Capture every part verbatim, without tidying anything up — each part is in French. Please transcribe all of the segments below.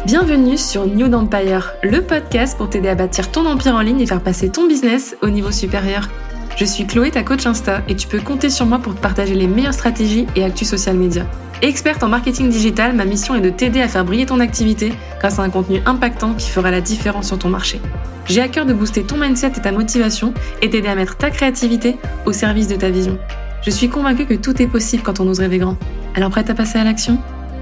Bienvenue sur New Empire, le podcast pour t'aider à bâtir ton empire en ligne et faire passer ton business au niveau supérieur. Je suis Chloé, ta coach Insta, et tu peux compter sur moi pour te partager les meilleures stratégies et actus social media. Experte en marketing digital, ma mission est de t'aider à faire briller ton activité grâce à un contenu impactant qui fera la différence sur ton marché. J'ai à cœur de booster ton mindset et ta motivation et t'aider à mettre ta créativité au service de ta vision. Je suis convaincue que tout est possible quand on ose rêver grand. Alors prête à passer à l'action ?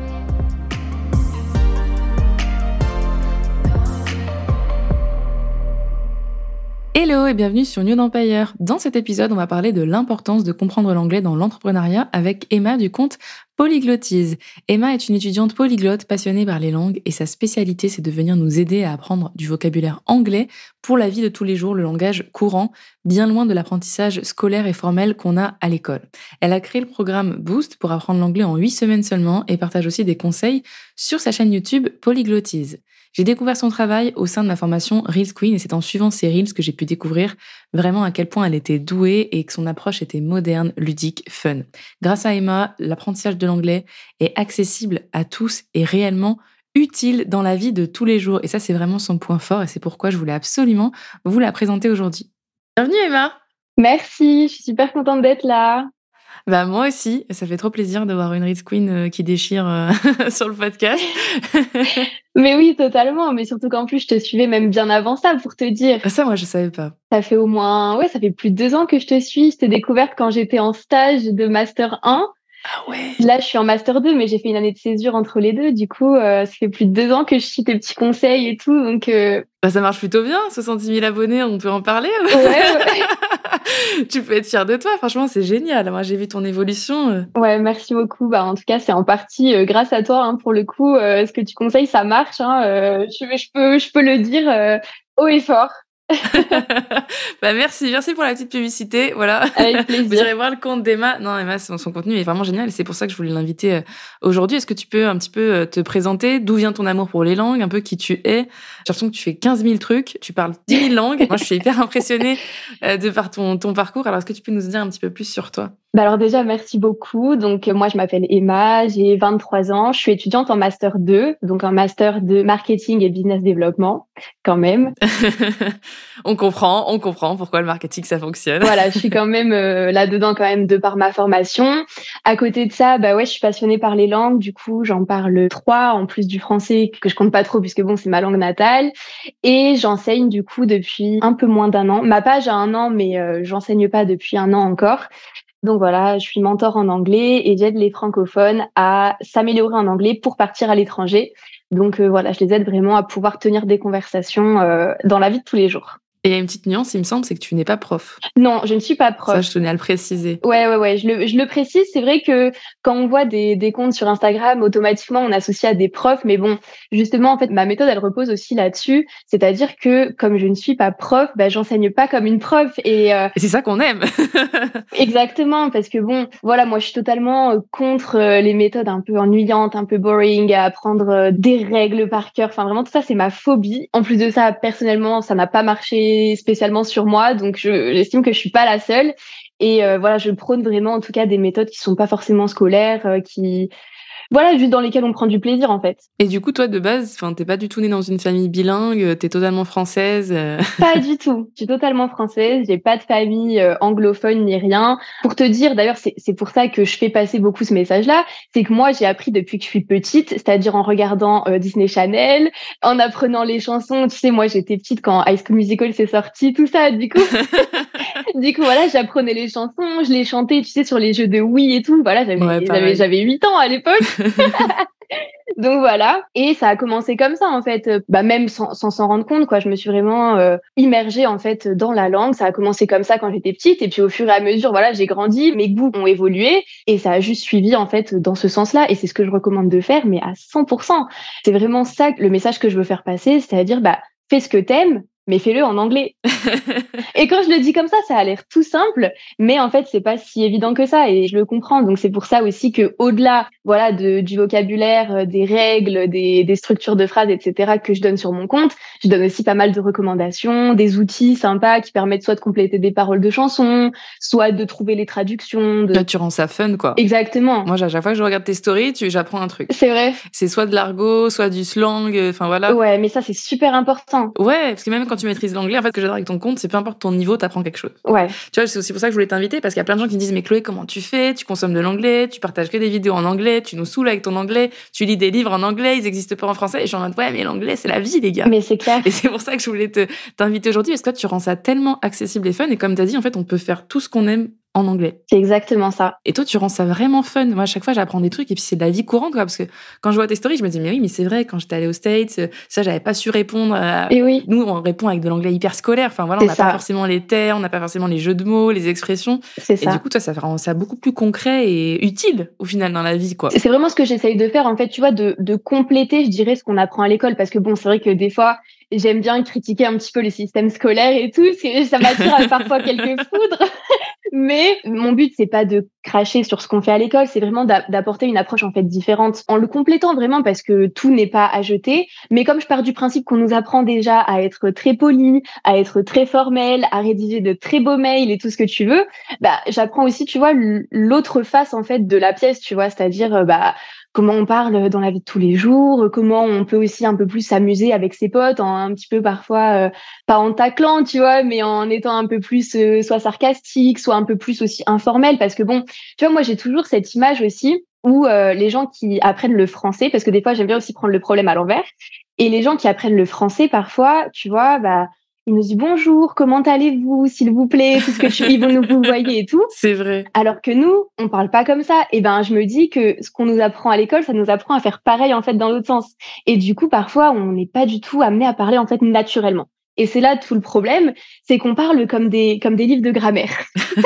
Hello et bienvenue sur New Empire. Dans cet épisode, on va parler de l'importance de comprendre l'anglais dans l'entrepreneuriat avec Emma du compte Polyglotise. Emma est une étudiante polyglotte passionnée par les langues et sa spécialité, c'est de venir nous aider à apprendre du vocabulaire anglais pour la vie de tous les jours, le langage courant, bien loin de l'apprentissage scolaire et formel qu'on a à l'école. Elle a créé le programme Boost pour apprendre l'anglais en huit semaines seulement et partage aussi des conseils sur sa chaîne YouTube Polyglotise. J'ai découvert son travail au sein de ma formation Reels Queen et c'est en suivant ses Reels que j'ai pu découvrir vraiment à quel point elle était douée et que son approche était moderne, ludique, fun. Grâce à Emma, l'apprentissage de l'anglais est accessible à tous et réellement utile dans la vie de tous les jours. Et ça, c'est vraiment son point fort et c'est pourquoi je voulais absolument vous la présenter aujourd'hui. Bienvenue Emma. Merci, je suis super contente d'être là. Bah moi aussi, ça fait trop plaisir d'avoir une Reels Queen qui déchire euh, sur le podcast. Mais oui, totalement. Mais surtout qu'en plus, je te suivais même bien avant ça, pour te dire. Ça, moi, je savais pas. Ça fait au moins, ouais, ça fait plus de deux ans que je te suis. Je t'ai découverte quand j'étais en stage de Master un. Ah ouais. Là, je suis en Master deux, mais j'ai fait une année de césure entre les deux. Du coup, euh, ça fait plus de deux ans que je suis tes petits conseils et tout. Donc, euh... bah, ça marche plutôt bien. soixante-dix mille abonnés, on peut en parler. Ouais, ouais. Tu peux être fière de toi. Franchement, c'est génial. Moi, j'ai vu ton évolution. Ouais, merci beaucoup. Bah, en tout cas, c'est en partie euh, grâce à toi. Hein, pour le coup, euh, ce que tu conseilles, ça marche. Hein, euh, je, je peux, je peux le dire euh, haut et fort. Bah merci, merci pour la petite publicité, voilà. Avec plaisir. Vous irez voir le compte d'Emma. Non, Emma, son, son contenu est vraiment génial et c'est pour ça que je voulais l'inviter aujourd'hui. Est-ce que tu peux un petit peu te présenter d'où vient ton amour pour les langues, un peu qui tu es? J'ai l'impression que tu fais quinze mille trucs, tu parles dix mille langues. Moi, je suis hyper impressionnée de par ton, ton parcours. Alors, est-ce que tu peux nous dire un petit peu plus sur toi? Bah alors déjà, merci beaucoup. Donc, moi, je m'appelle Emma, j'ai vingt-trois ans. Je suis étudiante en Master deux, donc un Master de Marketing et Business Développement, quand même. On comprend, on comprend pourquoi le marketing, ça fonctionne. Voilà, je suis quand même euh, là-dedans quand même de par ma formation. À côté de ça, bah ouais, je suis passionnée par les langues. Du coup, j'en parle trois, en plus du français, que je compte pas trop puisque bon, c'est ma langue natale. Et j'enseigne du coup depuis un peu moins d'un an. Ma page a un an, mais euh, j'enseigne pas depuis un an encore. Donc voilà, je suis mentor en anglais et j'aide les francophones à s'améliorer en anglais pour partir à l'étranger. Donc euh, voilà, je les aide vraiment à pouvoir tenir des conversations euh, dans la vie de tous les jours. Et il y a une petite nuance, il me semble, c'est que tu n'es pas prof. Non, je ne suis pas prof. Ça, je tenais à le préciser. Ouais, ouais, ouais, je le, je le précise. C'est vrai que quand on voit des, des comptes sur Instagram, automatiquement, on associe à des profs. Mais bon, justement, en fait, ma méthode, elle repose aussi là-dessus. C'est-à-dire que comme je ne suis pas prof, bah, j'enseigne pas comme une prof. Et, euh... et c'est ça qu'on aime. Exactement, parce que bon, voilà, moi, je suis totalement contre les méthodes un peu ennuyantes, un peu boring, à apprendre des règles par cœur. Enfin, vraiment, tout ça, c'est ma phobie. En plus de ça, personnellement, ça n'a pas marché spécialement sur moi, donc je, j'estime que je suis pas la seule. Et euh, voilà, je prône vraiment, en tout cas, des méthodes qui sont pas forcément scolaires, euh, qui voilà, juste dans lesquelles on prend du plaisir, en fait. Et du coup, toi, de base, enfin, t'es pas du tout née dans une famille bilingue, t'es totalement française. Euh... Pas du tout. Je suis totalement française. J'ai pas de famille euh, anglophone ni rien. Pour te dire, d'ailleurs, c'est, c'est pour ça que je fais passer beaucoup ce message-là. C'est que moi, j'ai appris depuis que je suis petite, c'est-à-dire en regardant euh, Disney Channel, en apprenant les chansons. Tu sais, moi, j'étais petite quand High School Musical s'est sorti, tout ça. Du coup, du coup, voilà, j'apprenais les chansons, je les chantais, tu sais, sur les jeux de Wii et tout. Voilà, j'avais, ouais, j'avais, j'avais huit ans à l'époque. Donc voilà, et ça a commencé comme ça en fait, bah même sans sans s'en rendre compte quoi. Je me suis vraiment euh, immergée en fait dans la langue. Ça a commencé comme ça quand j'étais petite, et puis au fur et à mesure, voilà, j'ai grandi, mes goûts ont évolué, et ça a juste suivi en fait dans ce sens-là. Et c'est ce que je recommande de faire, mais à cent pour cent. C'est vraiment ça le message que je veux faire passer, c'est-à-dire bah fais ce que t'aimes. mais fais-le en anglais. Et quand je le dis comme ça, ça a l'air tout simple, mais en fait, c'est pas si évident que ça, et je le comprends. Donc c'est pour ça aussi que, au-delà, voilà, de, du vocabulaire, des règles, des, des structures de phrases, et cetera, que je donne sur mon compte, je donne aussi pas mal de recommandations, des outils sympas qui permettent soit de compléter des paroles de chansons, soit de trouver les traductions. De... Là, tu rends ça fun, quoi. Exactement. Moi, à chaque fois que je regarde tes stories, tu, j'apprends un truc. C'est vrai. C'est soit de l'argot, soit du slang, enfin voilà. Ouais, mais ça, c'est super important. Ouais, parce que même quand tu maîtrises l'anglais, en fait, ce que j'adore avec ton compte, c'est peu importe ton niveau, t'apprends quelque chose. Ouais. Tu vois, c'est aussi pour ça que je voulais t'inviter, parce qu'il y a plein de gens qui me disent, mais Chloé, comment tu fais? Tu consommes de l'anglais, tu partages que des vidéos en anglais, tu nous saoules avec ton anglais, tu lis des livres en anglais, ils n'existent pas en français. Et je suis en mode, ouais, mais l'anglais, c'est la vie, les gars. Mais c'est clair. Et c'est pour ça que je voulais te, t'inviter aujourd'hui, parce que toi, tu rends ça tellement accessible et fun. Et comme t'as dit, en fait, on peut faire tout ce qu'on aime en anglais. C'est exactement ça. Et toi, tu rends ça vraiment fun. Moi, à chaque fois, j'apprends des trucs et puis c'est de la vie courante, quoi. Parce que quand je vois tes stories, je me dis, mais oui, mais c'est vrai, quand j'étais allée aux States, ça, j'avais pas su répondre. À... Et oui. Nous, on répond avec de l'anglais hyper scolaire. Enfin, voilà, on n'a pas forcément les termes, on n'a pas forcément les jeux de mots, les expressions. C'est ça. Et du coup, toi, ça rend ça beaucoup plus concret et utile, au final, dans la vie, quoi. C'est vraiment ce que j'essaye de faire, en fait, tu vois, de, de compléter, je dirais, ce qu'on apprend à l'école. Parce que bon, c'est vrai que des fois, j'aime bien critiquer un petit peu le système scolaire et tout, ça m'attire à parfois quelques foudres. Mais mon but, c'est pas de cracher sur ce qu'on fait à l'école, c'est vraiment d'apporter une approche en fait différente, en le complétant vraiment, parce que tout n'est pas à jeter. Mais comme je pars du principe qu'on nous apprend déjà à être très poli, à être très formel, à rédiger de très beaux mails et tout ce que tu veux, bah j'apprends aussi, tu vois, l'autre face en fait de la pièce, tu vois, c'est-à-dire bah comment on parle dans la vie de tous les jours, comment on peut aussi un peu plus s'amuser avec ses potes, en un petit peu parfois, euh, pas en taclant, tu vois, mais en étant un peu plus euh, soit sarcastique, soit un peu plus aussi informel, parce que bon, tu vois, moi j'ai toujours cette image aussi où euh, les gens qui apprennent le français, parce que des fois j'aime bien aussi prendre le problème à l'envers, et les gens qui apprennent le français parfois, tu vois, bah ils nous disent bonjour, comment allez-vous, s'il vous plaît, tout ce que tu, ils vont nous vous voyez et tout. C'est vrai. Alors que nous, on parle pas comme ça. Et ben, je me dis que ce qu'on nous apprend à l'école, ça nous apprend à faire pareil, en fait, dans l'autre sens. Et du coup, parfois, on n'est pas du tout amené à parler, en fait, naturellement. Et c'est là tout le problème, c'est qu'on parle comme des, comme des livres de grammaire.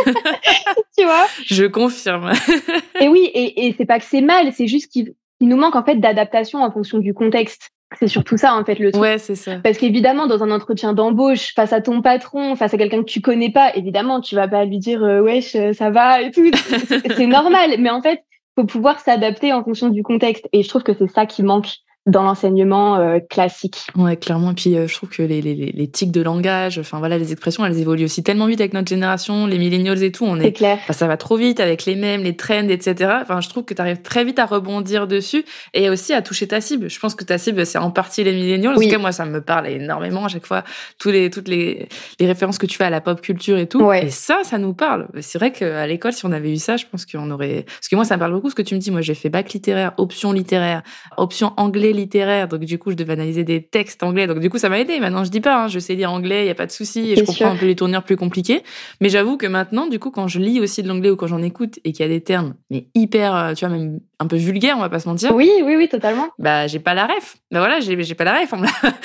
Tu vois? Je confirme. Et oui, et, et c'est pas que c'est mal, c'est juste qu'il il nous manque, en fait, d'adaptation en fonction du contexte. C'est surtout ça, en fait, le truc. Ouais, c'est ça. Parce qu'évidemment, dans un entretien d'embauche, face à ton patron, face à quelqu'un que tu connais pas, évidemment, tu vas pas lui dire euh, wesh, ça va et tout. C'est, c'est normal. Mais en fait, faut pouvoir s'adapter en fonction du contexte. Et je trouve que c'est ça qui manque dans l'enseignement euh, classique. Ouais, clairement. Et puis, euh, je trouve que les, les, les tics de langage, enfin voilà, les expressions, elles évoluent aussi tellement vite avec notre génération, les millennials et tout. On est, c'est clair. Enfin, ça va trop vite avec les mèmes, les trends, et cetera. Enfin, je trouve que tu arrives très vite à rebondir dessus et aussi à toucher ta cible. Je pense que ta cible, c'est en partie les millennials. Oui. En tout cas, moi, ça me parle énormément à chaque fois. Tous les, toutes les, les références que tu fais à la pop culture et tout. Ouais. Et ça, ça nous parle. C'est vrai qu'à l'école, si on avait eu ça, je pense qu'on aurait, parce que moi, ça me parle beaucoup ce que tu me dis. Moi, j'ai fait bac littéraire, option littéraire, option anglais littéraire. Donc, du coup, je devais analyser des textes anglais. Donc, du coup, ça m'a aidé. Maintenant, je dis pas, hein, je sais lire anglais, il y a pas de souci, et je comprends sûr. un peu les tournures plus compliquées. Mais j'avoue que maintenant, du coup, quand je lis aussi de l'anglais ou quand j'en écoute et qu'il y a des termes, mais hyper, tu vois, même un peu vulgaires, on va pas se mentir. Oui, oui, oui, totalement. Bah, j'ai pas la ref. Bah voilà, j'ai, j'ai pas la ref.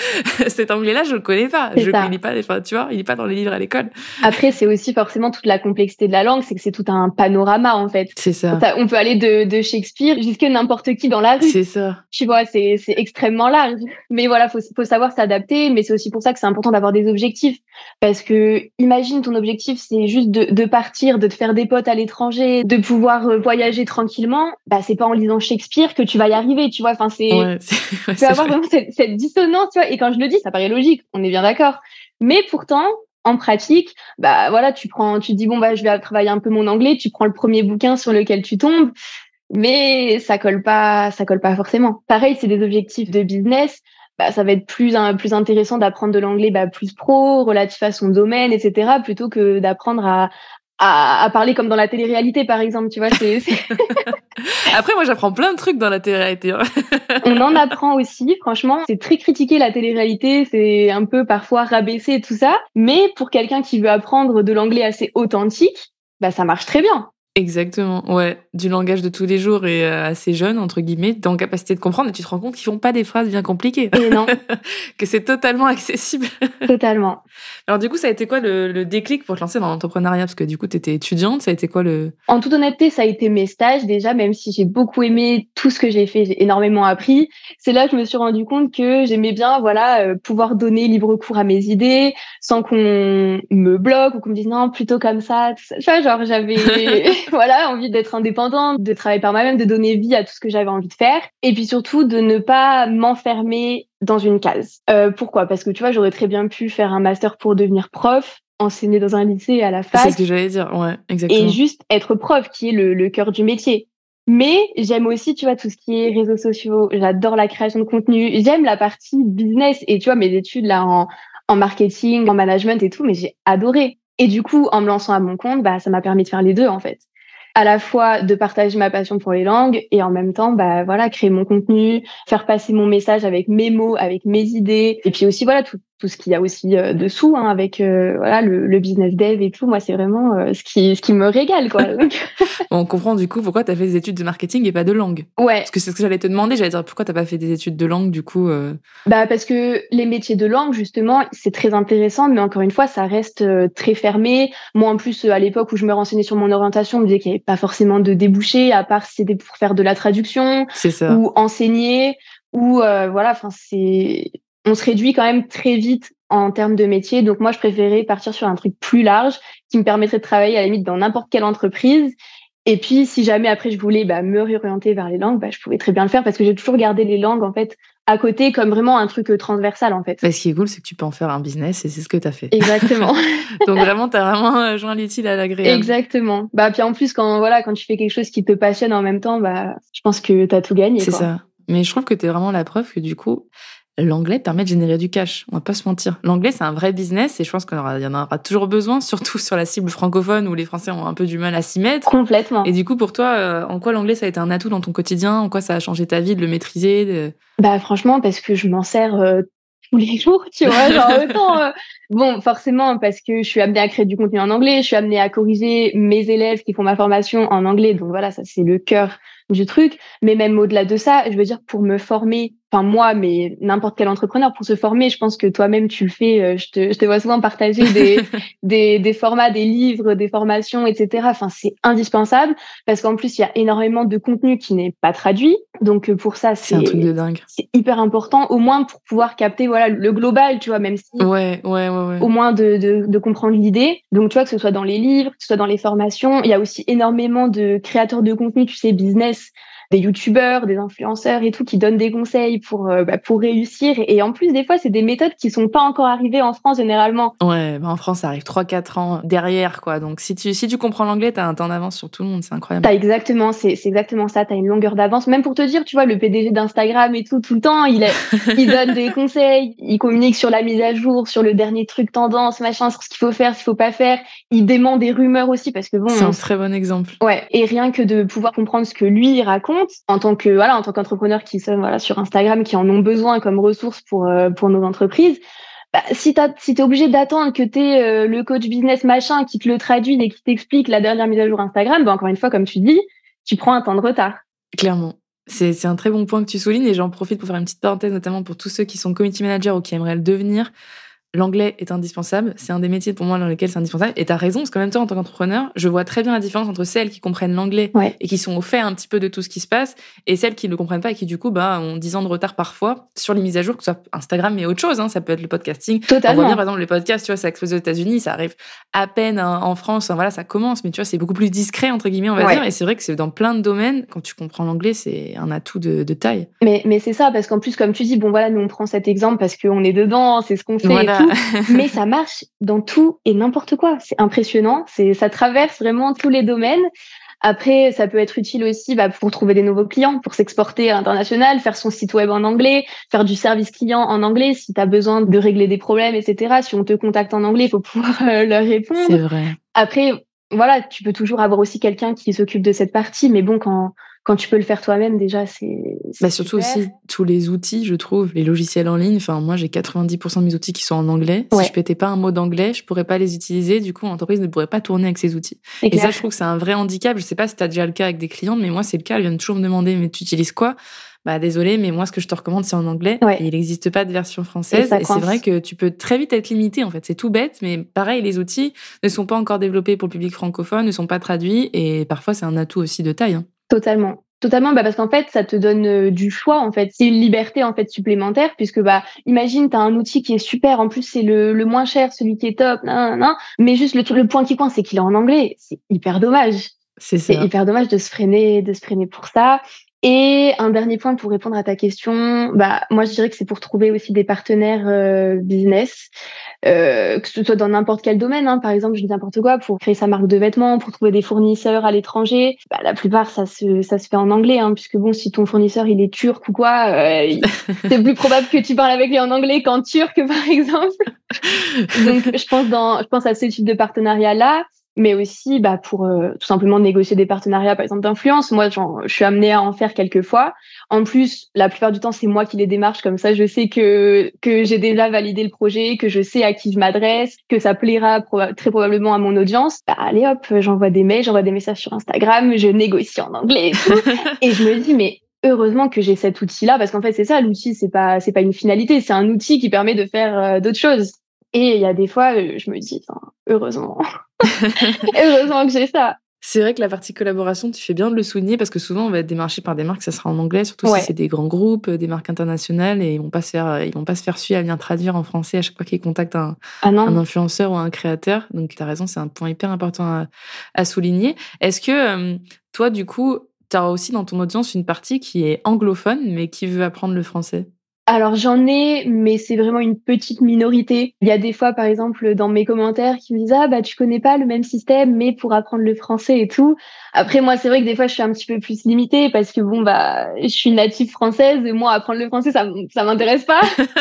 Cet anglais-là, je le connais pas. C'est je, ça. il est pas, enfin, tu vois, il est pas dans les livres à l'école. Après, c'est aussi forcément toute la complexité de la langue, c'est que c'est tout un panorama, en fait. C'est ça. On peut aller de, de Shakespeare jusqu'à n'importe qui dans la rue. C'est ça. Tu vois, c'est, c'est extrêmement large. Mais voilà, faut, faut savoir s'adapter, mais c'est aussi pour ça que c'est important d'avoir des objectifs. Parce que, imagine, ton objectif, c'est juste de, de partir, de te faire des potes à l'étranger, de pouvoir voyager tranquillement. Bah, c'est pas en lisant Shakespeare que tu vas y arriver, tu vois. Enfin, c'est, ouais, c'est ouais, tu peux avoir vrai. vraiment cette, cette dissonance, tu vois. Et quand je le dis, ça paraît logique. On est bien d'accord. Mais pourtant, en pratique, bah, voilà, tu prends, tu te dis, bon, bah, je vais travailler un peu mon anglais, tu prends le premier bouquin sur lequel tu tombes. Mais ça colle pas, ça colle pas forcément. Pareil, c'est des objectifs de business. Bah, ça va être plus, hein, plus intéressant d'apprendre de l'anglais, bah, plus pro, relatif à son domaine, et cetera, plutôt que d'apprendre à, à, à parler comme dans la télé-réalité, par exemple, tu vois, c'est, c'est... Après, moi, j'apprends plein de trucs dans la télé-réalité. Hein. On en apprend aussi, franchement. C'est très critiqué, la télé-réalité. C'est un peu parfois rabaissé et tout ça. Mais pour quelqu'un qui veut apprendre de l'anglais assez authentique, bah, ça marche très bien. Exactement, ouais. Du langage de tous les jours et euh, assez jeune, entre guillemets, t'es en capacité de comprendre et tu te rends compte qu'ils font pas des phrases bien compliquées. Et non. Que c'est totalement accessible. Totalement. Alors du coup, ça a été quoi le, le déclic pour te lancer dans l'entrepreneuriat? Parce que du coup, t'étais étudiante, ça a été quoi le... En toute honnêteté, ça a été mes stages déjà, même si j'ai beaucoup aimé tout ce que j'ai fait, j'ai énormément appris. C'est là que je me suis rendu compte que j'aimais bien, voilà, euh, pouvoir donner libre cours à mes idées sans qu'on me bloque ou qu'on me dise non, plutôt comme ça, tout ça. Tu vois, genre j'avais, voilà, envie d'être indépendante, de travailler par moi-même, de donner vie à tout ce que j'avais envie de faire, et puis surtout de ne pas m'enfermer dans une case. Euh, pourquoi? Parce que tu vois, j'aurais très bien pu faire un master pour devenir prof, enseigner dans un lycée à la fac. C'est ce que j'allais dire, ouais, exactement. Et juste être prof, qui est le, le cœur du métier. Mais j'aime aussi, tu vois, tout ce qui est réseaux sociaux. J'adore la création de contenu. J'aime la partie business. Et tu vois, mes études là en, en marketing, en management et tout, mais j'ai adoré. Et du coup, en me lançant à mon compte, bah, ça m'a permis de faire les deux, en fait. À la fois de partager ma passion pour les langues et en même temps, bah, voilà, créer mon contenu, faire passer mon message avec mes mots, avec mes idées. Et puis aussi, voilà, tout, tout ce qu'il y a aussi euh, dessous, hein, avec euh, voilà, le, le business dev et tout. Moi, c'est vraiment euh, ce qui, ce qui me régale, quoi. On comprend du coup pourquoi tu as fait des études de marketing et pas de langue. Ouais. Parce que c'est ce que j'allais te demander. J'allais dire pourquoi tu n'as pas fait des études de langue, du coup. Euh... Bah, parce que les métiers de langue, justement, c'est très intéressant, mais encore une fois, ça reste euh, très fermé. Moi, en plus, euh, à l'époque où je me renseignais sur mon orientation, on me disait qu'il n'y avait pas forcément de débouchés, à part si c'était pour faire de la traduction C'est ça. ou enseigner, ou euh, voilà, enfin, c'est, on se réduit quand même très vite en termes de métier. Donc moi, je préférais partir sur un truc plus large qui me permettrait de travailler à la limite dans n'importe quelle entreprise. Et puis, si jamais après je voulais bah, me réorienter vers les langues, bah, je pouvais très bien le faire parce que j'ai toujours gardé les langues en fait à côté comme vraiment un truc transversal en fait. Bah, ce qui est cool, c'est que tu peux en faire un business et c'est ce que tu as fait. Exactement. Donc vraiment, tu as vraiment joint l'utile à l'agréable. Exactement. Bah puis en plus quand voilà, quand tu fais quelque chose qui te passionne en même temps, bah je pense que tu as tout gagné. C'est quoi. ça. Mais je trouve que tu es vraiment la preuve que du coup, l'anglais permet de générer du cash. On va pas se mentir. L'anglais, c'est un vrai business et je pense qu'il y en aura toujours besoin, surtout sur la cible francophone où les Français ont un peu du mal à s'y mettre. Complètement. Et du coup, pour toi, en quoi l'anglais, ça a été un atout dans ton quotidien? En quoi ça a changé ta vie de le maîtriser? de... Bah franchement, parce que je m'en sers euh, tous les jours, tu vois. Genre autant, euh, bon, forcément, parce que je suis amenée à créer du contenu en anglais, je suis amenée à corriger mes élèves qui font ma formation en anglais. Donc voilà, ça c'est le cœur du truc. Mais même au-delà de ça, je veux dire, pour me former, enfin moi, mais n'importe quel entrepreneur, pour se former, je pense que toi-même tu le fais. Euh, je te, je te vois souvent partager des, des, des formats, des livres, des formations, et cetera. Enfin, c'est indispensable parce qu'en plus, il y a énormément de contenu qui n'est pas traduit. Donc pour ça, c'est, c'est un truc de dingue. C'est hyper important, au moins pour pouvoir capter voilà le global, tu vois, même si ouais, ouais, ouais, ouais. au moins de, de, de comprendre l'idée. Donc tu vois, que ce soit dans les livres, que ce soit dans les formations, il y a aussi énormément de créateurs de contenu, tu sais, business, des youtubeurs, des influenceurs et tout, qui donnent des conseils pour euh, bah, pour réussir. Et en plus, des fois, c'est des méthodes qui sont pas encore arrivées en France généralement. Ouais, bah en France, ça arrive trois quatre ans derrière, quoi. Donc si tu si tu comprends l'anglais, t'as un temps d'avance sur tout le monde, c'est incroyable. T'as exactement, c'est c'est exactement ça. T'as une longueur d'avance. Même pour te dire, tu vois, le P D G d'Instagram et tout, tout le temps, il est, il donne des conseils, il communique sur la mise à jour, sur le dernier truc tendance, machin, sur ce qu'il faut faire, ce qu'il faut pas faire. Il dément des rumeurs aussi parce que bon. C'est un on... très bon exemple. Ouais. Et rien que de pouvoir comprendre ce que lui il raconte en tant que voilà, en tant qu'entrepreneur qui sont voilà sur Instagram, qui en ont besoin comme ressources pour euh, pour nos entreprises. Bah, si t'as, si t'es obligé d'attendre que t'aies euh, le coach business machin qui te le traduit et qui t'explique la dernière mise à jour Instagram, bah encore une fois, comme tu dis, tu prends un temps de retard. Clairement. C'est, c'est un très bon point que tu soulignes et j'en profite pour faire une petite parenthèse, notamment pour tous ceux qui sont community managers ou qui aimeraient le devenir. L'anglais est indispensable. C'est un des métiers pour moi dans lesquels c'est indispensable. Et t'as raison, parce qu'en même temps, en tant qu'entrepreneur, je vois très bien la différence entre celles qui comprennent l'anglais ouais. et qui sont au fait un petit peu de tout ce qui se passe et celles qui ne le comprennent pas et qui, du coup, bah, ont dix ans de retard parfois sur les mises à jour, que ce soit Instagram mais autre chose, hein. Ça peut être le podcasting. Totalement. On voit bien, par exemple, les podcasts, tu vois, ça explose aux États-Unis, ça arrive à peine en France. Enfin, voilà, ça commence, mais tu vois, c'est beaucoup plus discret, entre guillemets, on va ouais. dire. Et c'est vrai que c'est dans plein de domaines, quand tu comprends l'anglais, c'est un atout de, de taille. Mais, mais c'est ça, parce qu'en plus, comme tu dis, bon, voilà, nous, on prend cet exemple parce qu'on est dedans, c'est ce qu'on fait voilà. et tout. Mais ça marche dans tout et n'importe quoi. C'est impressionnant. C'est, ça traverse vraiment tous les domaines. Après, ça peut être utile aussi bah, pour trouver des nouveaux clients, pour s'exporter à l'international, faire son site web en anglais, faire du service client en anglais si tu as besoin de régler des problèmes, et cetera. Si on te contacte en anglais, il faut pouvoir euh, leur répondre. C'est vrai. Après, voilà, tu peux toujours avoir aussi quelqu'un qui s'occupe de cette partie, mais bon, quand quand tu peux le faire toi-même, déjà, c'est, c'est Bah surtout super. aussi tous les outils, je trouve, les logiciels en ligne. Enfin, moi, j'ai quatre-vingt-dix pour cent de mes outils qui sont en anglais. Si Ouais. je pétais pas un mot d'anglais, je pourrais pas les utiliser. Du coup, l'entreprise ne pourrait pas tourner avec ces outils. C'est Et clair. ça, je trouve que c'est un vrai handicap. Je sais pas si t'as déjà le cas avec des clients, mais moi, c'est le cas. Ils viennent toujours me demander, mais tu utilises quoi? Bah, désolé, mais moi, ce que je te recommande, c'est en anglais. Ouais. Et il n'existe pas de version Et française. ça Et, c'est vrai coince. que tu peux très vite être limité, en fait. C'est tout bête, mais pareil, les outils ne sont pas encore développés pour le public francophone, ne sont pas traduits. Et parfois, c'est un atout aussi de taille, hein. Totalement. Totalement, bah parce qu'en fait, ça te donne euh, du choix, en fait. C'est une liberté, en fait, supplémentaire, puisque, bah, imagine, t'as un outil qui est super, en plus, c'est le, le moins cher, celui qui est top, nan, nan, nan, mais juste le, le point qui coince, c'est qu'il est en anglais. C'est hyper dommage. C'est C'est ça. hyper dommage de se freiner, de se freiner pour ça. Et un dernier point pour répondre à ta question, bah moi je dirais que c'est pour trouver aussi des partenaires euh, business, euh, que ce soit dans n'importe quel domaine, hein. Par exemple, je dis n'importe quoi, pour créer sa marque de vêtements, pour trouver des fournisseurs à l'étranger. Bah, la plupart ça se ça se fait en anglais, hein, puisque bon, si ton fournisseur il est turc ou quoi, euh, il- c'est plus probable que tu parles avec lui en anglais qu'en turc par exemple. Donc je pense dans je pense à ce type de partenariat là. Mais aussi bah, pour euh, tout simplement négocier des partenariats, par exemple, d'influence. Moi, genre, je suis amenée à en faire quelques fois. En plus, la plupart du temps, c'est moi qui les démarche. Comme ça, je sais que que j'ai déjà validé le projet, que je sais à qui je m'adresse, que ça plaira proba- très probablement à mon audience. Bah, allez hop, j'envoie des mails, j'envoie des messages sur Instagram, je négocie en anglais et tout. Et je me dis, mais heureusement que j'ai cet outil-là, parce qu'en fait, c'est ça, l'outil, c'est pas c'est pas une finalité, c'est un outil qui permet de faire euh, d'autres choses. Et il y a des fois, euh, je me dis, enfin, heureusement. Heureusement que j'ai ça. C'est vrai que la partie collaboration, tu fais bien de le souligner parce que souvent on va être démarché par des marques, ça sera en anglais, surtout Ouais. si c'est des grands groupes, des marques internationales, et ils vont pas se faire, ils vont pas se faire suer à venir traduire en français à chaque fois qu'ils contactent un, Ah non. un influenceur ou un créateur. Donc t'as raison, c'est un point hyper important à, à souligner. Est-ce que euh, toi, du coup, t'as aussi dans ton audience une partie qui est anglophone mais qui veut apprendre le français? Alors j'en ai, mais c'est vraiment une petite minorité. Il y a des fois, par exemple, dans mes commentaires, qui me disent ah bah tu connais pas le même système, mais pour apprendre le français et tout. Après moi, c'est vrai que des fois je suis un petit peu plus limitée parce que bon bah je suis native française et moi apprendre le français ça m- ça m'intéresse pas.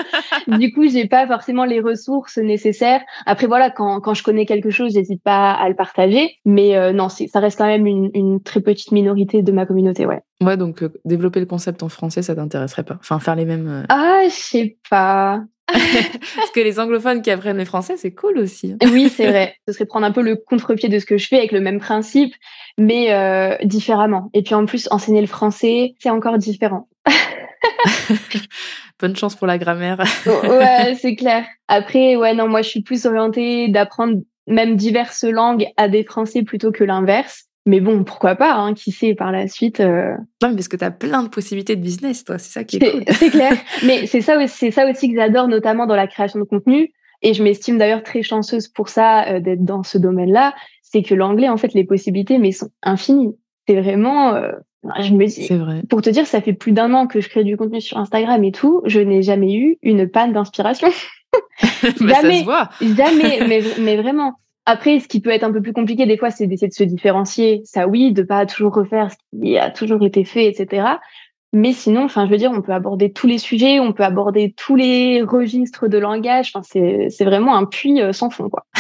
Du coup j'ai pas forcément les ressources nécessaires. Après voilà, quand quand je connais quelque chose, j'hésite pas à le partager. Mais euh, non, c'est ça reste quand même une une très petite minorité de ma communauté, ouais. Ouais, donc euh, développer le concept en français, ça t'intéresserait pas. Enfin, faire les mêmes. euh, Ah je sais pas. Parce que les anglophones qui apprennent le français, c'est cool aussi. Oui, c'est vrai. Ce serait prendre un peu le contre-pied de ce que je fais avec le même principe, mais euh, différemment. Et puis en plus, enseigner le français, c'est encore différent. Bonne chance pour la grammaire. Ouais, c'est clair. Après, ouais, non, moi, je suis plus orientée d'apprendre même diverses langues à des Français plutôt que l'inverse. Mais bon, pourquoi pas, hein, qui sait par la suite. euh, Non, mais parce que t'as plein de possibilités de business, toi. C'est ça qui est C'est cool. c'est clair. Mais c'est ça aussi, c'est ça aussi que j'adore, notamment dans la création de contenu. Et je m'estime d'ailleurs très chanceuse pour ça, euh, d'être dans ce domaine-là. C'est que l'anglais, en fait, les possibilités, mais sont infinies. C'est vraiment, euh, je me dis, C'est vrai. pour te dire, ça fait plus d'un an que je crée du contenu sur Instagram et tout. Je n'ai jamais eu une panne d'inspiration. Bah, ça Jamais, se voit. jamais, mais, mais vraiment. Après, ce qui peut être un peu plus compliqué des fois, c'est d'essayer de se différencier. Ça, oui, de pas toujours refaire ce qui a toujours été fait, et cetera. Mais sinon, enfin, je veux dire, on peut aborder tous les sujets, on peut aborder tous les registres de langage. Enfin, c'est, c'est vraiment un puits euh, sans fond, quoi.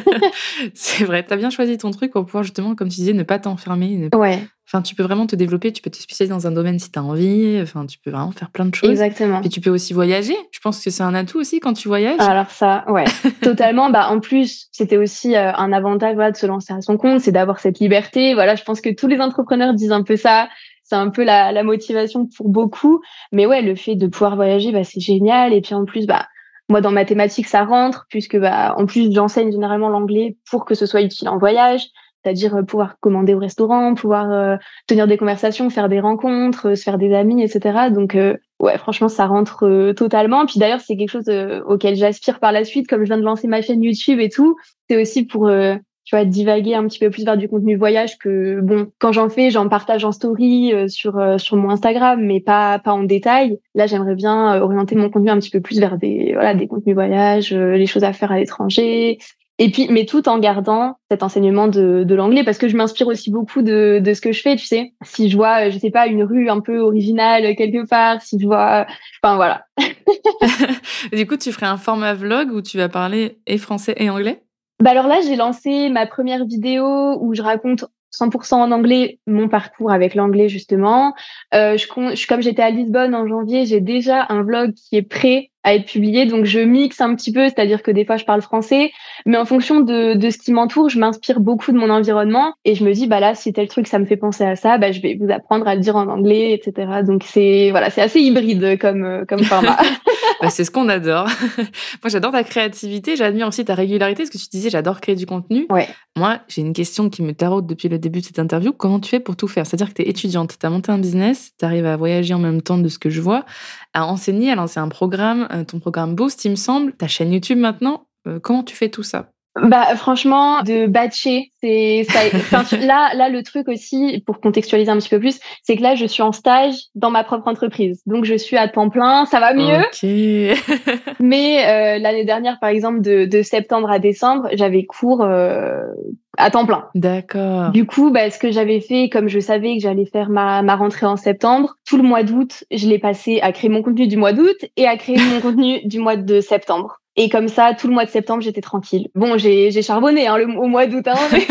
C'est vrai. T'as bien choisi ton truc pour pouvoir justement, comme tu disais, ne pas t'enfermer. ne- Ouais, Enfin, tu peux vraiment te développer, tu peux te spécialiser dans un domaine si t'as envie. Enfin, tu peux vraiment faire plein de choses. exactement. Puis tu peux aussi voyager. Je pense que c'est un atout aussi quand tu voyages. Alors ça, ouais, totalement. Bah, en plus, c'était aussi euh, un avantage, voilà, de se lancer à son compte, c'est d'avoir cette liberté. Voilà, je pense que tous les entrepreneurs disent un peu ça. C'est un peu la, la motivation pour beaucoup. Mais ouais, le fait de pouvoir voyager, bah, c'est génial. Et puis en plus, bah, moi, dans mathématiques, ça rentre, puisque bah, en plus, j'enseigne généralement l'anglais pour que ce soit utile en voyage. C'est-à-dire euh, pouvoir commander au restaurant, pouvoir euh, tenir des conversations, faire des rencontres, euh, se faire des amis, et cetera. Donc, euh, ouais, franchement, ça rentre euh, totalement. Puis d'ailleurs, c'est quelque chose euh, auquel j'aspire par la suite, comme je viens de lancer ma chaîne YouTube et tout. C'est aussi pour, euh, tu vois, divaguer un petit peu plus vers du contenu voyage que, bon, quand j'en fais, j'en partage en story euh, sur euh, sur mon Instagram, mais pas pas en détail. Là, j'aimerais bien euh, orienter mon contenu un petit peu plus vers des voilà des contenus voyage, euh, les choses à faire à l'étranger. Et puis, mais tout en gardant cet enseignement de, de l'anglais, parce que je m'inspire aussi beaucoup de, de ce que je fais, tu sais. Si je vois, euh, je sais pas, une rue un peu originale quelque part, si je vois, enfin voilà. Du coup, tu ferais un format vlog où tu vas parler et français et anglais? Bah alors là, j'ai lancé ma première vidéo où je raconte cent pour cent en anglais mon parcours avec l'anglais justement. Euh, je, je, comme j'étais à Lisbonne en janvier, j'ai déjà un vlog qui est prêt à être publié, donc je mixe un petit peu, c'est-à-dire que des fois je parle français, mais en fonction de, de ce qui m'entoure, je m'inspire beaucoup de mon environnement et je me dis bah là si tel truc ça me fait penser à ça, bah je vais vous apprendre à le dire en anglais, et cetera. Donc c'est voilà, c'est assez hybride comme comme format. Bah, c'est ce qu'on adore. Moi, j'adore ta créativité. J'admire aussi ta régularité. Parce que tu disais, j'adore créer du contenu. Ouais. Moi, j'ai une question qui me taraude depuis le début de cette interview. Comment tu fais pour tout faire? C'est-à-dire que tu es étudiante, tu as monté un business, tu arrives à voyager en même temps de ce que je vois, à enseigner, à lancer un programme, ton programme Boost, il me semble, ta chaîne YouTube maintenant. Euh, comment tu fais tout ça? Bah franchement, de batcher, c'est ça. Enfin, là, là le truc aussi pour contextualiser un petit peu plus, c'est que là je suis en stage dans ma propre entreprise, donc je suis à temps plein, ça va mieux. Ok. Mais euh, l'année dernière, par exemple, de, de septembre à décembre, j'avais cours euh, à temps plein. D'accord. Du coup, bah, ce que j'avais fait, comme je savais que j'allais faire ma, ma rentrée en septembre, tout le mois d'août, je l'ai passé à créer mon contenu du mois d'août et à créer mon contenu du mois de septembre. Et comme ça, tout le mois de septembre, j'étais tranquille. Bon, j'ai, j'ai charbonné hein, le, au mois d'août, hein, mais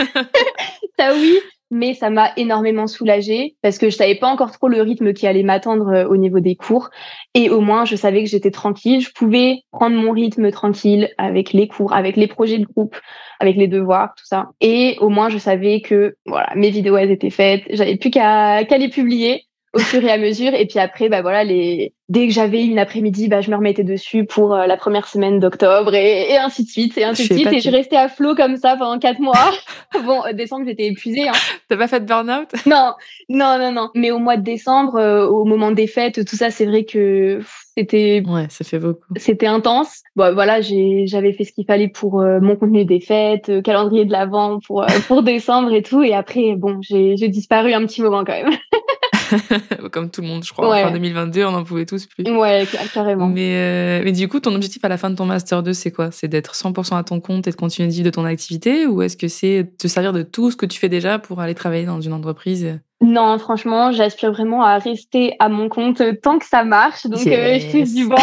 ça oui, mais ça m'a énormément soulagée parce que je savais pas encore trop le rythme qui allait m'attendre euh, au niveau des cours. Et au moins, je savais que j'étais tranquille. Je pouvais prendre mon rythme tranquille avec les cours, avec les projets de groupe, avec les devoirs, tout ça. Et au moins, je savais que voilà, mes vidéos, elles étaient faites. J'avais plus qu'à, qu'à les publier au fur et à mesure. Et puis après, bah voilà, les dès que j'avais une après-midi, bah je me remettais dessus pour euh, la première semaine d'octobre et, et ainsi de suite, et ainsi de suite. Et je suis restée à flot comme ça pendant quatre mois. Bon, euh, décembre, j'étais épuisée. Hein. T'as pas fait de burn-out? Non, non, non, non. Mais au mois de décembre, euh, au moment des fêtes, tout ça, c'est vrai que c'était. Ouais, ça fait beaucoup. C'était intense. Bon, voilà, j'ai, j'avais fait ce qu'il fallait pour euh, mon contenu des fêtes, euh, calendrier de l'Avent pour euh, pour décembre et tout. Et après, bon, j'ai j'ai disparu un petit moment quand même. Comme tout le monde, je crois. Ouais. En fin deux mille vingt-deux, on n'en pouvait tous plus. Ouais, carrément. Mais, euh, mais du coup, ton objectif à la fin de ton Master deux, c'est quoi? C'est d'être cent pour cent à ton compte et de continuer de vivre de ton activité? Ou est-ce que c'est te servir de tout ce que tu fais déjà pour aller travailler dans une entreprise? Non, franchement, j'aspire vraiment à rester à mon compte tant que ça marche. Donc, yes. euh, je touche du bois.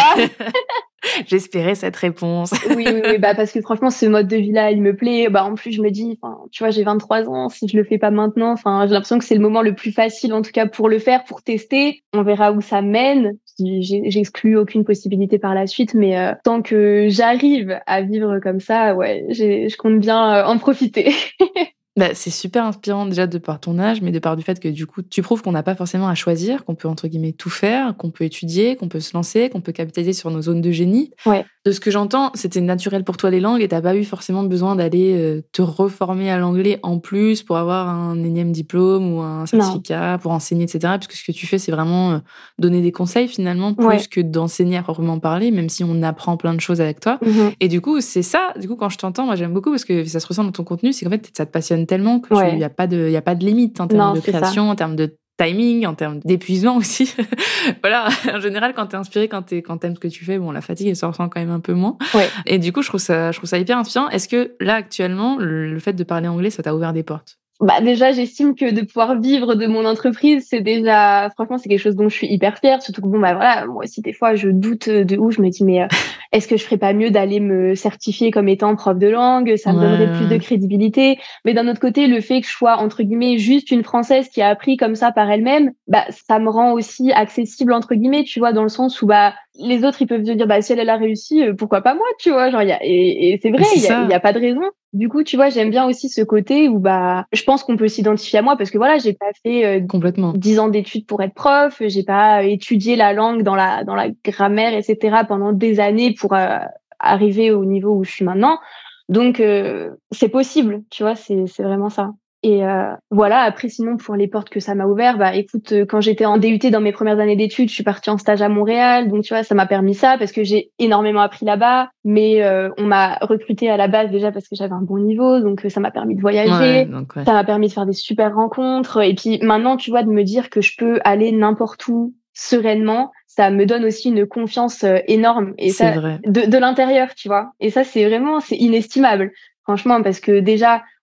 J'espérais cette réponse. oui, oui, oui, bah parce que franchement, ce mode de vie-là, il me plaît. Bah en plus, je me dis, enfin, tu vois, j'ai vingt-trois ans. Si je le fais pas maintenant, enfin, j'ai l'impression que c'est le moment le plus facile, en tout cas, pour le faire, pour tester. On verra où ça mène. J'exclus aucune possibilité par la suite, mais euh, tant que j'arrive à vivre comme ça, ouais, je compte bien euh, en profiter. Bah, c'est super inspirant déjà de par ton âge, mais de par du fait que du coup, tu prouves qu'on n'a pas forcément à choisir, qu'on peut entre guillemets tout faire, qu'on peut étudier, qu'on peut se lancer, qu'on peut capitaliser sur nos zones de génie. Ouais. De ce que j'entends, c'était naturel pour toi les langues et t'as pas eu forcément besoin d'aller euh, te reformer à l'anglais en plus pour avoir un énième diplôme ou un certificat non. pour enseigner, et cetera. Puisque ce que tu fais, c'est vraiment euh, donner des conseils finalement plus ouais. que d'enseigner à proprement parler, même si on apprend plein de choses avec toi. Mm-hmm. Et du coup, c'est ça. Du coup, quand je t'entends, moi j'aime beaucoup parce que ça se ressent dans ton contenu, c'est qu'en fait ça te passionne tellement que ouais. tu y a pas de y a pas de limite en termes non, de création, en termes de timing, en termes d'épuisement aussi. Voilà, en général, quand t'es inspiré, quand t'es, quand t'aimes ce que tu fais, bon, la fatigue, elle se ressent quand même un peu moins. Ouais. Et du coup, je trouve ça, je trouve ça hyper inspirant. Est-ce que là, actuellement, le fait de parler anglais, ça t'a ouvert des portes? Bah déjà, j'estime que de pouvoir vivre de mon entreprise, c'est déjà, franchement, c'est quelque chose dont je suis hyper fière. Surtout que bon, bah voilà, moi aussi des fois, je doute de où. Je me dis, mais euh, est-ce que je ferais pas mieux d'aller me certifier comme étant prof de langue? Ça me ouais. donnerait plus de crédibilité. Mais d'un autre côté, le fait que je sois entre guillemets juste une Française qui a appris comme ça par elle-même, bah ça me rend aussi accessible entre guillemets, tu vois, dans le sens où bah les autres ils peuvent se dire bah si elle, elle a réussi, pourquoi pas moi, tu vois, genre il y a et, et c'est vrai, il y a, y a pas de raison. Du coup, tu vois, j'aime bien aussi ce côté où bah je pense qu'on peut s'identifier à moi parce que voilà, j'ai pas fait euh, complètement dix ans d'études pour être prof, j'ai pas étudié la langue dans la dans la grammaire, et cetera pendant des années pour euh, arriver au niveau où je suis maintenant. Donc euh, c'est possible, tu vois, c'est c'est vraiment ça. Et euh, voilà, après sinon pour les portes que ça m'a ouvert, bah écoute, quand j'étais en D U T dans mes premières années d'études, je suis partie en stage à Montréal, donc tu vois, ça m'a permis ça parce que j'ai énormément appris là-bas, mais euh, on m'a recrutée à la base déjà parce que j'avais un bon niveau, donc ça m'a permis de voyager, ouais, donc, ouais. ça m'a permis de faire des super rencontres, et puis maintenant, tu vois, de me dire que je peux aller n'importe où sereinement, ça me donne aussi une confiance énorme, et c'est ça vrai. de, de l'intérieur, tu vois, et ça c'est vraiment, c'est inestimable, franchement, parce que déjà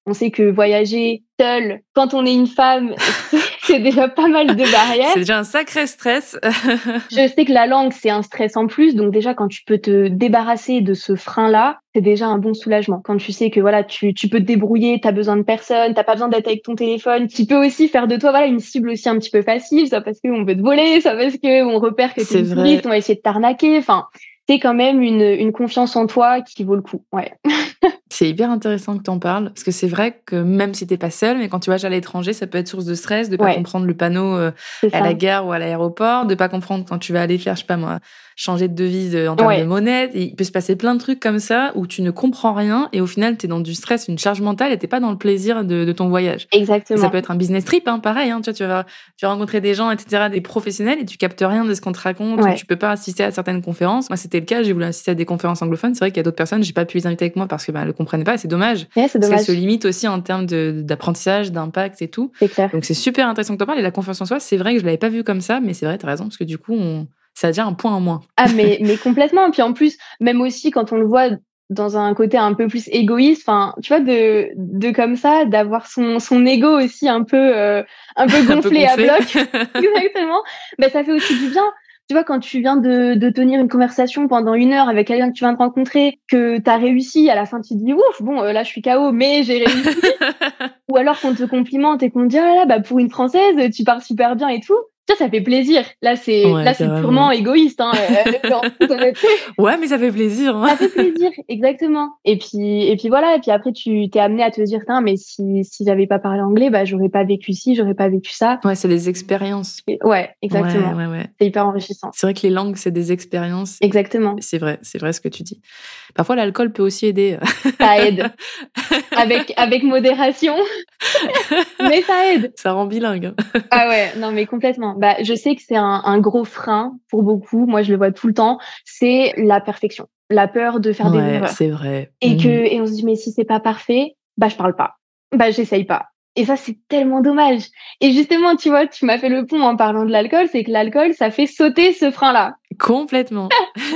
On sait que voyager seule, quand on est une femme, c'est déjà pas mal de barrières. C'est déjà un sacré stress. Je sais que la langue, c'est un stress en plus. Donc déjà, quand tu peux te débarrasser de ce frein-là, c'est déjà un bon soulagement. Quand tu sais que voilà, tu, tu peux te débrouiller, t'as besoin de personne, t'as pas besoin d'être avec ton téléphone. Tu peux aussi faire de toi voilà une cible aussi un petit peu facile, soit parce qu'on veut te voler, soit parce qu'on repère que t'es une touriste, on va essayer de t'arnaquer. Enfin, c'est quand même une, une confiance en toi qui vaut le coup. Ouais. C'est hyper intéressant que t'en parles, parce que c'est vrai que même si t'es pas seule, mais quand tu voyages à l'étranger, ça peut être source de stress, de pas ouais. comprendre le panneau euh, à la gare ou à l'aéroport, de pas comprendre quand tu vas aller faire, je sais pas moi, changer de devise en termes ouais. de monnaie. Et il peut se passer plein de trucs comme ça où tu ne comprends rien et au final t'es dans du stress, une charge mentale et t'es pas dans le plaisir de, de ton voyage. Exactement. Et ça peut être un business trip, hein, pareil. Hein, tu vois, tu vas, tu vas rencontrer des gens, et cetera, des professionnels et tu captes rien de ce qu'on te raconte. Ouais. Tu peux pas assister à certaines conférences. Moi, c'était le cas. J'ai voulu assister à des conférences anglophones. C'est vrai qu'il y a d'autres personnes, j'ai pas pu les inviter avec moi parce que bah, elles le comprenaient pas. Et c'est dommage. Ouais, c'est dommage. Parce qu'elles se limitent aussi en termes de, d'apprentissage, d'impact et tout. C'est clair. Donc c'est super intéressant que t'en parles. Et la confiance en soi, c'est vrai que je l'avais pas vu comme ça, mais c'est vrai, t'as raison, parce que du coup, on... ça a déjà un point en moins. Ah, mais, mais complètement. Puis en plus, même aussi quand on le voit dans un côté un peu plus égoïste, enfin, tu vois, de, de comme ça, d'avoir son, son ego aussi un peu, euh, un peu gonflé, un peu gonflé. à bloc. Exactement. Ben, ça fait aussi du bien. Tu vois, quand tu viens de, de tenir une conversation pendant une heure avec quelqu'un que tu viens de rencontrer, que t'as réussi, à la fin tu te dis ouf, bon, euh, là je suis K O, mais j'ai réussi. Ou alors qu'on te complimente et qu'on te dit ah là là, bah pour une Française, tu parles super bien et tout. Ça, ça fait plaisir. Là, c'est ouais, là, c'est purement égoïste. Hein, euh, ouais, mais ça fait plaisir. Hein. Ça fait plaisir, exactement. Et puis, et puis voilà. Et puis après, tu t'es amené à te dire, tiens, mais si si j'avais pas parlé anglais, bah j'aurais pas vécu ci, j'aurais pas vécu ça. Ouais, c'est des expériences. Et, ouais, exactement. Ouais, ouais, ouais. C'est hyper enrichissant. C'est vrai que les langues, c'est des expériences. Exactement. C'est vrai, c'est vrai ce que tu dis. Parfois, l'alcool peut aussi aider. Ça aide. Avec avec modération. Mais ça aide. Ça rend bilingue. Ah ouais, non mais complètement. Bah, je sais que c'est un, un gros frein pour beaucoup. Moi, je le vois tout le temps. C'est la perfection, la peur de faire ouais, des erreurs. C'est vrai. Et mmh. que et on se dit mais si c'est pas parfait, bah je parle pas. Bah j'essaye pas. Et ça c'est tellement dommage. Et justement, tu vois, tu m'as fait le pont en parlant de l'alcool, c'est que l'alcool ça fait sauter ce frein-là. Complètement.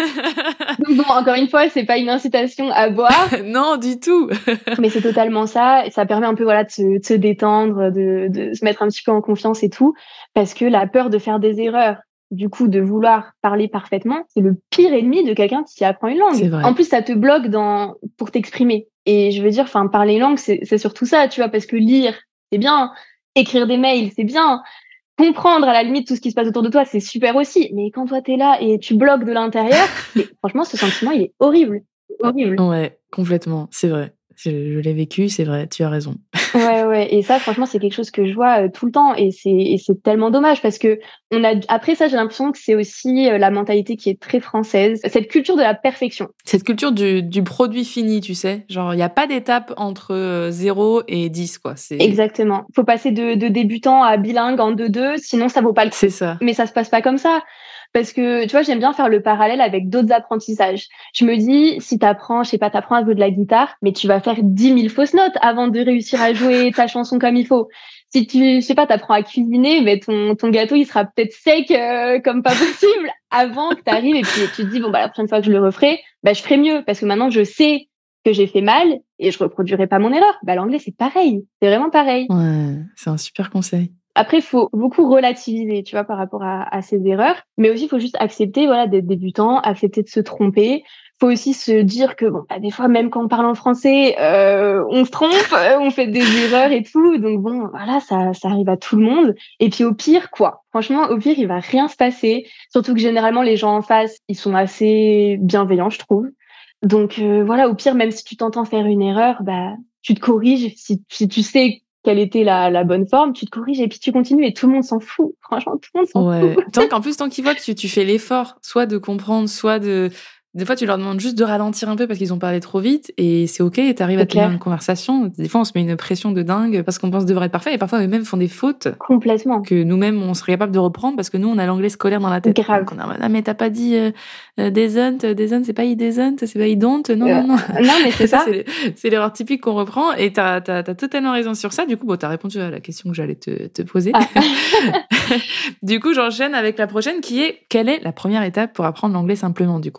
Donc bon, encore une fois, c'est pas une incitation à boire. Non, du tout. Mais c'est totalement ça. Ça permet un peu voilà de se, de se détendre, de, de se mettre un petit peu en confiance et tout, parce que la peur de faire des erreurs, du coup, de vouloir parler parfaitement, c'est le pire ennemi de quelqu'un qui apprend une langue. C'est vrai. En plus, ça te bloque dans pour t'exprimer. Et je veux dire, enfin, parler langue, c'est, c'est surtout ça, tu vois, parce que lire, c'est bien, écrire des mails, c'est bien. Comprendre à la limite tout ce qui se passe autour de toi, c'est super aussi. Mais quand toi t'es là et tu bloques de l'intérieur, franchement, ce sentiment, il est horrible. Horrible. Ouais, complètement. C'est vrai. Je, je l'ai vécu, c'est vrai. Tu as raison. Ouais, ouais. Et ça, franchement, c'est quelque chose que je vois euh, tout le temps. Et c'est, et c'est tellement dommage parce que on a, après ça, j'ai l'impression que c'est aussi euh, la mentalité qui est très française. Cette culture de la perfection. Cette culture du, du produit fini, tu sais. Genre, il n'y a pas d'étape entre euh, zéro et dix, quoi. C'est... Exactement. Faut passer de, de débutant à bilingue en deux deux, sinon ça vaut pas le coup. C'est ça. Mais ça se passe pas comme ça. Parce que, tu vois, j'aime bien faire le parallèle avec d'autres apprentissages. Je me dis, si t'apprends, je sais pas, t'apprends à jouer de la guitare, mais tu vas faire dix mille fausses notes avant de réussir à jouer ta chanson comme il faut. Si tu, je sais pas, t'apprends à cuisiner, mais ton, ton gâteau, il sera peut-être sec euh, comme pas possible avant que t'arrives et puis tu te dis, bon, bah, la prochaine fois que je le referai, bah, je ferai mieux parce que maintenant, je sais que j'ai fait mal et je reproduirai pas mon erreur. Bah, l'anglais, c'est pareil. C'est vraiment pareil. Ouais, c'est un super conseil. Après, il faut beaucoup relativiser, tu vois, par rapport à, à ces erreurs. Mais aussi, il faut juste accepter, voilà, d'être débutant, accepter de se tromper. Faut aussi se dire que, bon, bah, des fois, même quand on parle en français, euh, on se trompe, on fait des erreurs et tout. Donc bon, voilà, ça, ça arrive à tout le monde. Et puis au pire, quoi. Franchement, au pire, il va rien se passer. Surtout que généralement, les gens en face, ils sont assez bienveillants, je trouve. Donc euh, voilà, au pire, même si tu t'entends faire une erreur, bah, tu te corriges. Si, si tu sais quelle était la, la bonne forme, tu te corriges et puis tu continues et tout le monde s'en fout. Franchement, tout le monde s'en ouais. fout. Tant qu'en plus, tant qu'ils voient que tu, tu fais l'effort, soit de comprendre, soit de... Des fois, tu leur demandes juste de ralentir un peu parce qu'ils ont parlé trop vite et c'est OK, et t'arrives c'est à tenir une conversation. Des fois, on se met une pression de dingue parce qu'on pense devoir être parfait et parfois, eux-mêmes font des fautes. Complètement. Que nous-mêmes, on serait capable de reprendre parce que nous, on a l'anglais scolaire dans la tête. Grave. Donc, on a, ah, mais t'as pas dit euh, euh, descent, descent, c'est pas i descent, c'est pas i don't. Non, euh, non, non. Non, mais c'est ça. ça c'est, c'est l'erreur typique qu'on reprend et t'as, t'as, t'as totalement raison sur ça. Du coup, bon, t'as répondu à la question que j'allais te, te poser. Ah. Du coup, j'enchaîne avec la prochaine qui est, quelle est la première étape pour apprendre l'anglais simplement, du coup, pour dépasser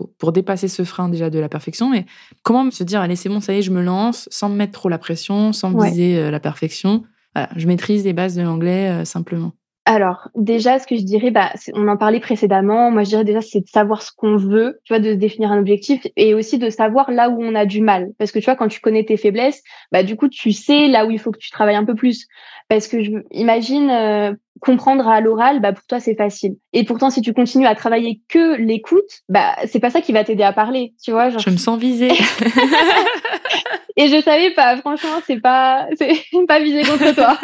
dépasser ce frein déjà de la perfection, mais comment se dire, allez, c'est bon, ça y est, je me lance, sans me mettre trop la pression, sans Ouais. viser euh, la perfection. Voilà, je maîtrise les bases de l'anglais euh, simplement. Alors, déjà, ce que je dirais, bah, on en parlait précédemment. Moi, je dirais déjà, c'est de savoir ce qu'on veut, tu vois, de se définir un objectif et aussi de savoir là où on a du mal. Parce que tu vois, quand tu connais tes faiblesses, bah, du coup, tu sais là où il faut que tu travailles un peu plus. Parce que je imagine euh, comprendre à l'oral, bah, pour toi, c'est facile. Et pourtant, si tu continues à travailler que l'écoute, bah, c'est pas ça qui va t'aider à parler, tu vois. Genre... Je me sens visée. Et je savais pas, franchement, c'est pas, c'est pas visé contre toi.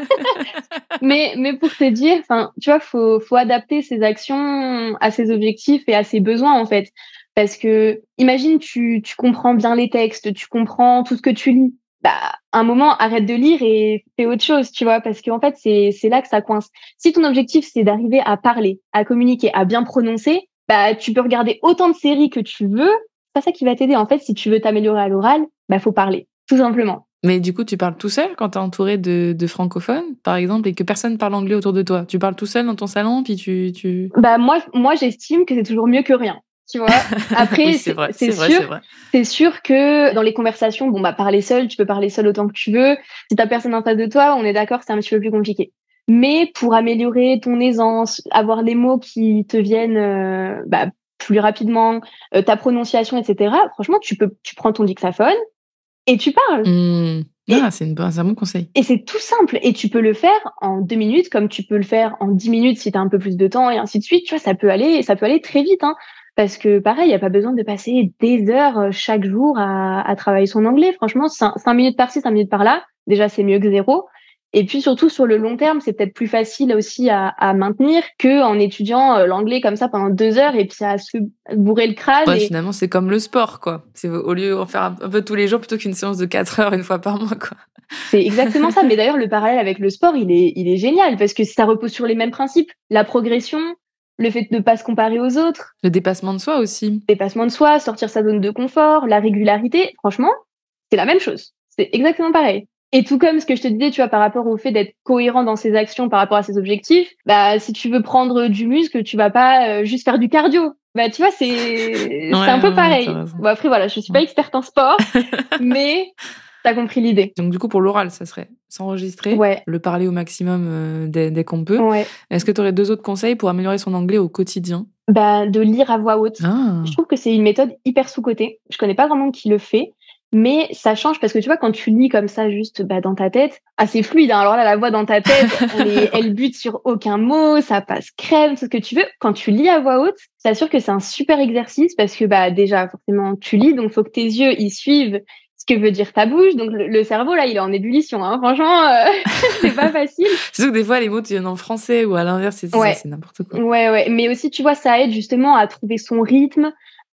mais, mais pour te dire, enfin, tu vois, faut, faut adapter ses actions à ses objectifs et à ses besoins, en fait. Parce que, imagine, tu, tu comprends bien les textes, tu comprends tout ce que tu lis. Bah, à un moment, arrête de lire et fais autre chose, tu vois, parce qu'en fait, c'est, c'est là que ça coince. Si ton objectif, c'est d'arriver à parler, à communiquer, à bien prononcer, bah, tu peux regarder autant de séries que tu veux. C'est pas ça qui va t'aider. En fait, si tu veux t'améliorer à l'oral, bah, faut parler. Tout simplement. Mais du coup, tu parles tout seul quand t'es entouré de, de francophones, par exemple, et que personne parle anglais autour de toi. Tu parles tout seul dans ton salon, puis tu... tu... Bah moi, moi j'estime que c'est toujours mieux que rien. Tu vois. Après, oui, c'est, c'est, vrai, c'est, c'est, sûr, vrai, c'est vrai. C'est sûr que dans les conversations, bon bah parler seul, tu peux parler seul autant que tu veux. Si t'as personne en face de toi, on est d'accord, c'est un petit peu plus compliqué. Mais pour améliorer ton aisance, avoir les mots qui te viennent euh, bah, plus rapidement, euh, ta prononciation, et cetera. Franchement, tu peux, tu prends ton dictaphone et tu parles. Mmh. Ah, et, c'est, une, c'est un bon conseil. Et c'est tout simple. Et tu peux le faire en deux minutes, comme tu peux le faire en dix minutes si tu as un peu plus de temps, et ainsi de suite. Tu vois, ça peut aller, ça peut aller très vite. Hein, parce que pareil, il n'y a pas besoin de passer des heures chaque jour à, à travailler son anglais. Franchement, cinq, cinq minutes par-ci, cinq minutes par-là, déjà, c'est mieux que zéro. Et puis surtout, sur le long terme, c'est peut-être plus facile aussi à, à maintenir qu'en étudiant l'anglais comme ça pendant deux heures et puis à se bourrer le crâne. Ouais, et... Finalement, c'est comme le sport, quoi. C'est au lieu d'en faire un peu tous les jours plutôt qu'une séance de quatre heures une fois par mois, quoi. C'est exactement ça. Mais d'ailleurs, le parallèle avec le sport, il est, il est génial parce que ça repose sur les mêmes principes. La progression, le fait de ne pas se comparer aux autres. Le dépassement de soi aussi. Le dépassement de soi, sortir sa zone de confort, la régularité. Franchement, c'est la même chose. C'est exactement pareil. Et tout comme ce que je te disais, tu vois, par rapport au fait d'être cohérent dans ses actions par rapport à ses objectifs, bah, si tu veux prendre du muscle, tu vas pas euh, juste faire du cardio. Bah, tu vois, c'est, ouais, c'est un peu ouais, pareil. Bon, après, voilà, je suis pas experte en sport, mais t'as compris l'idée. Donc, du coup, pour l'oral, ça serait s'enregistrer, ouais. le parler au maximum euh, dès, dès qu'on peut. Ouais. Est-ce que tu aurais deux autres conseils pour améliorer son anglais au quotidien ? Bah, de lire à voix haute. Ah. Je trouve que c'est une méthode hyper sous-cotée. Je connais pas grand monde qui le fait. Mais ça change parce que tu vois, quand tu lis comme ça, juste bah, dans ta tête, assez fluide. Hein. Alors là, la voix dans ta tête, elle, est, elle bute sur aucun mot, ça passe crème, tout ce que tu veux. Quand tu lis à voix haute, c'est sûr que c'est un super exercice parce que bah déjà, forcément, tu lis, donc faut que tes yeux ils suivent ce que veut dire ta bouche. Donc le, le cerveau, là, il est en ébullition. Hein. Franchement, euh, c'est pas facile. Surtout que des fois, les mots, tu viennent en français ou à l'inverse, c'est, ouais. c'est, c'est n'importe quoi. Ouais, ouais. Mais aussi, tu vois, ça aide justement à trouver son rythme,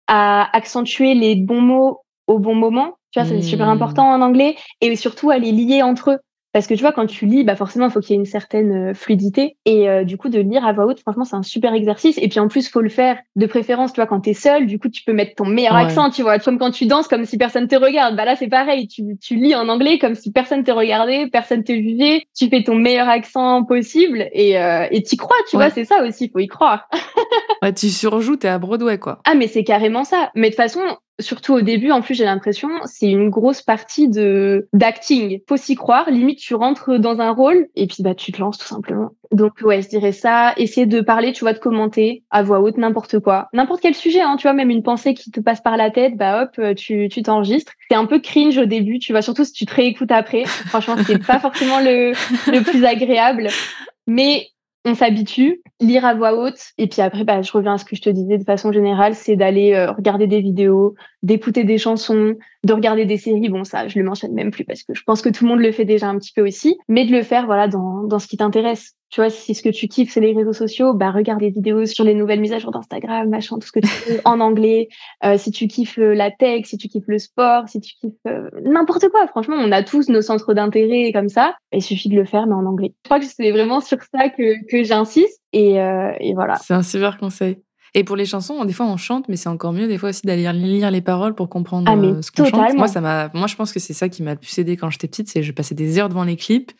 à accentuer les bons mots au bon moment. Tu vois, c'est mmh. super important en anglais. Et surtout, à les lier entre eux. Parce que tu vois, quand tu lis, bah forcément, il faut qu'il y ait une certaine euh, fluidité. Et euh, du coup, de lire à voix haute, franchement, c'est un super exercice. Et puis en plus, faut le faire de préférence, tu vois, quand t'es seul. Du coup, tu peux mettre ton meilleur ouais. accent, tu vois. Comme quand tu danses, comme si personne te regarde. Bah là, c'est pareil. Tu, tu lis en anglais comme si personne te regardait, personne te jugeait. Tu fais ton meilleur accent possible et euh, et t'y crois, tu ouais. vois. C'est ça aussi, faut y croire. ouais, tu surjoues, t'es à Broadway, quoi. Ah, mais c'est carrément ça. Mais de toute façon, surtout au début, en plus, j'ai l'impression, c'est une grosse partie de d'acting. Faut s'y croire. Limite, tu rentres dans un rôle et puis bah tu te lances tout simplement. Donc ouais, je dirais ça. Essayer de parler, tu vois, de commenter à voix haute n'importe quoi, n'importe quel sujet. Hein, tu vois, même une pensée qui te passe par la tête, bah hop, tu tu t'enregistres. C'est un peu cringe au début, tu vois, surtout si tu te réécoutes après. Franchement, c'est pas forcément le le plus agréable, mais on s'habitue, lire à voix haute, et puis après, bah, je reviens à ce que je te disais de façon générale, c'est d'aller euh, regarder des vidéos, d'écouter des chansons, de regarder des séries. Bon, ça, je le mentionne même plus parce que je pense que tout le monde le fait déjà un petit peu aussi, mais de le faire, voilà, dans, dans ce qui t'intéresse. Tu vois, si ce que tu kiffes, c'est les réseaux sociaux, bah, regarde des vidéos sur les nouvelles mises à jour d'Instagram, machin, tout ce que tu veux, en anglais. Euh, si tu kiffes la tech, si tu kiffes le sport, si tu kiffes euh, n'importe quoi. Franchement, on a tous nos centres d'intérêt comme ça. Il suffit de le faire, mais en anglais. Je crois que c'est vraiment sur ça que, que j'insiste. Et, euh, et voilà. C'est un super conseil. Et pour les chansons, des fois on chante, mais c'est encore mieux des fois aussi d'aller lire les paroles pour comprendre ah, ce qu'on totalement. chante. Moi, ça m'a, moi, je pense que c'est ça qui m'a le plus aidé quand j'étais petite, c'est que je passais des heures devant les clips.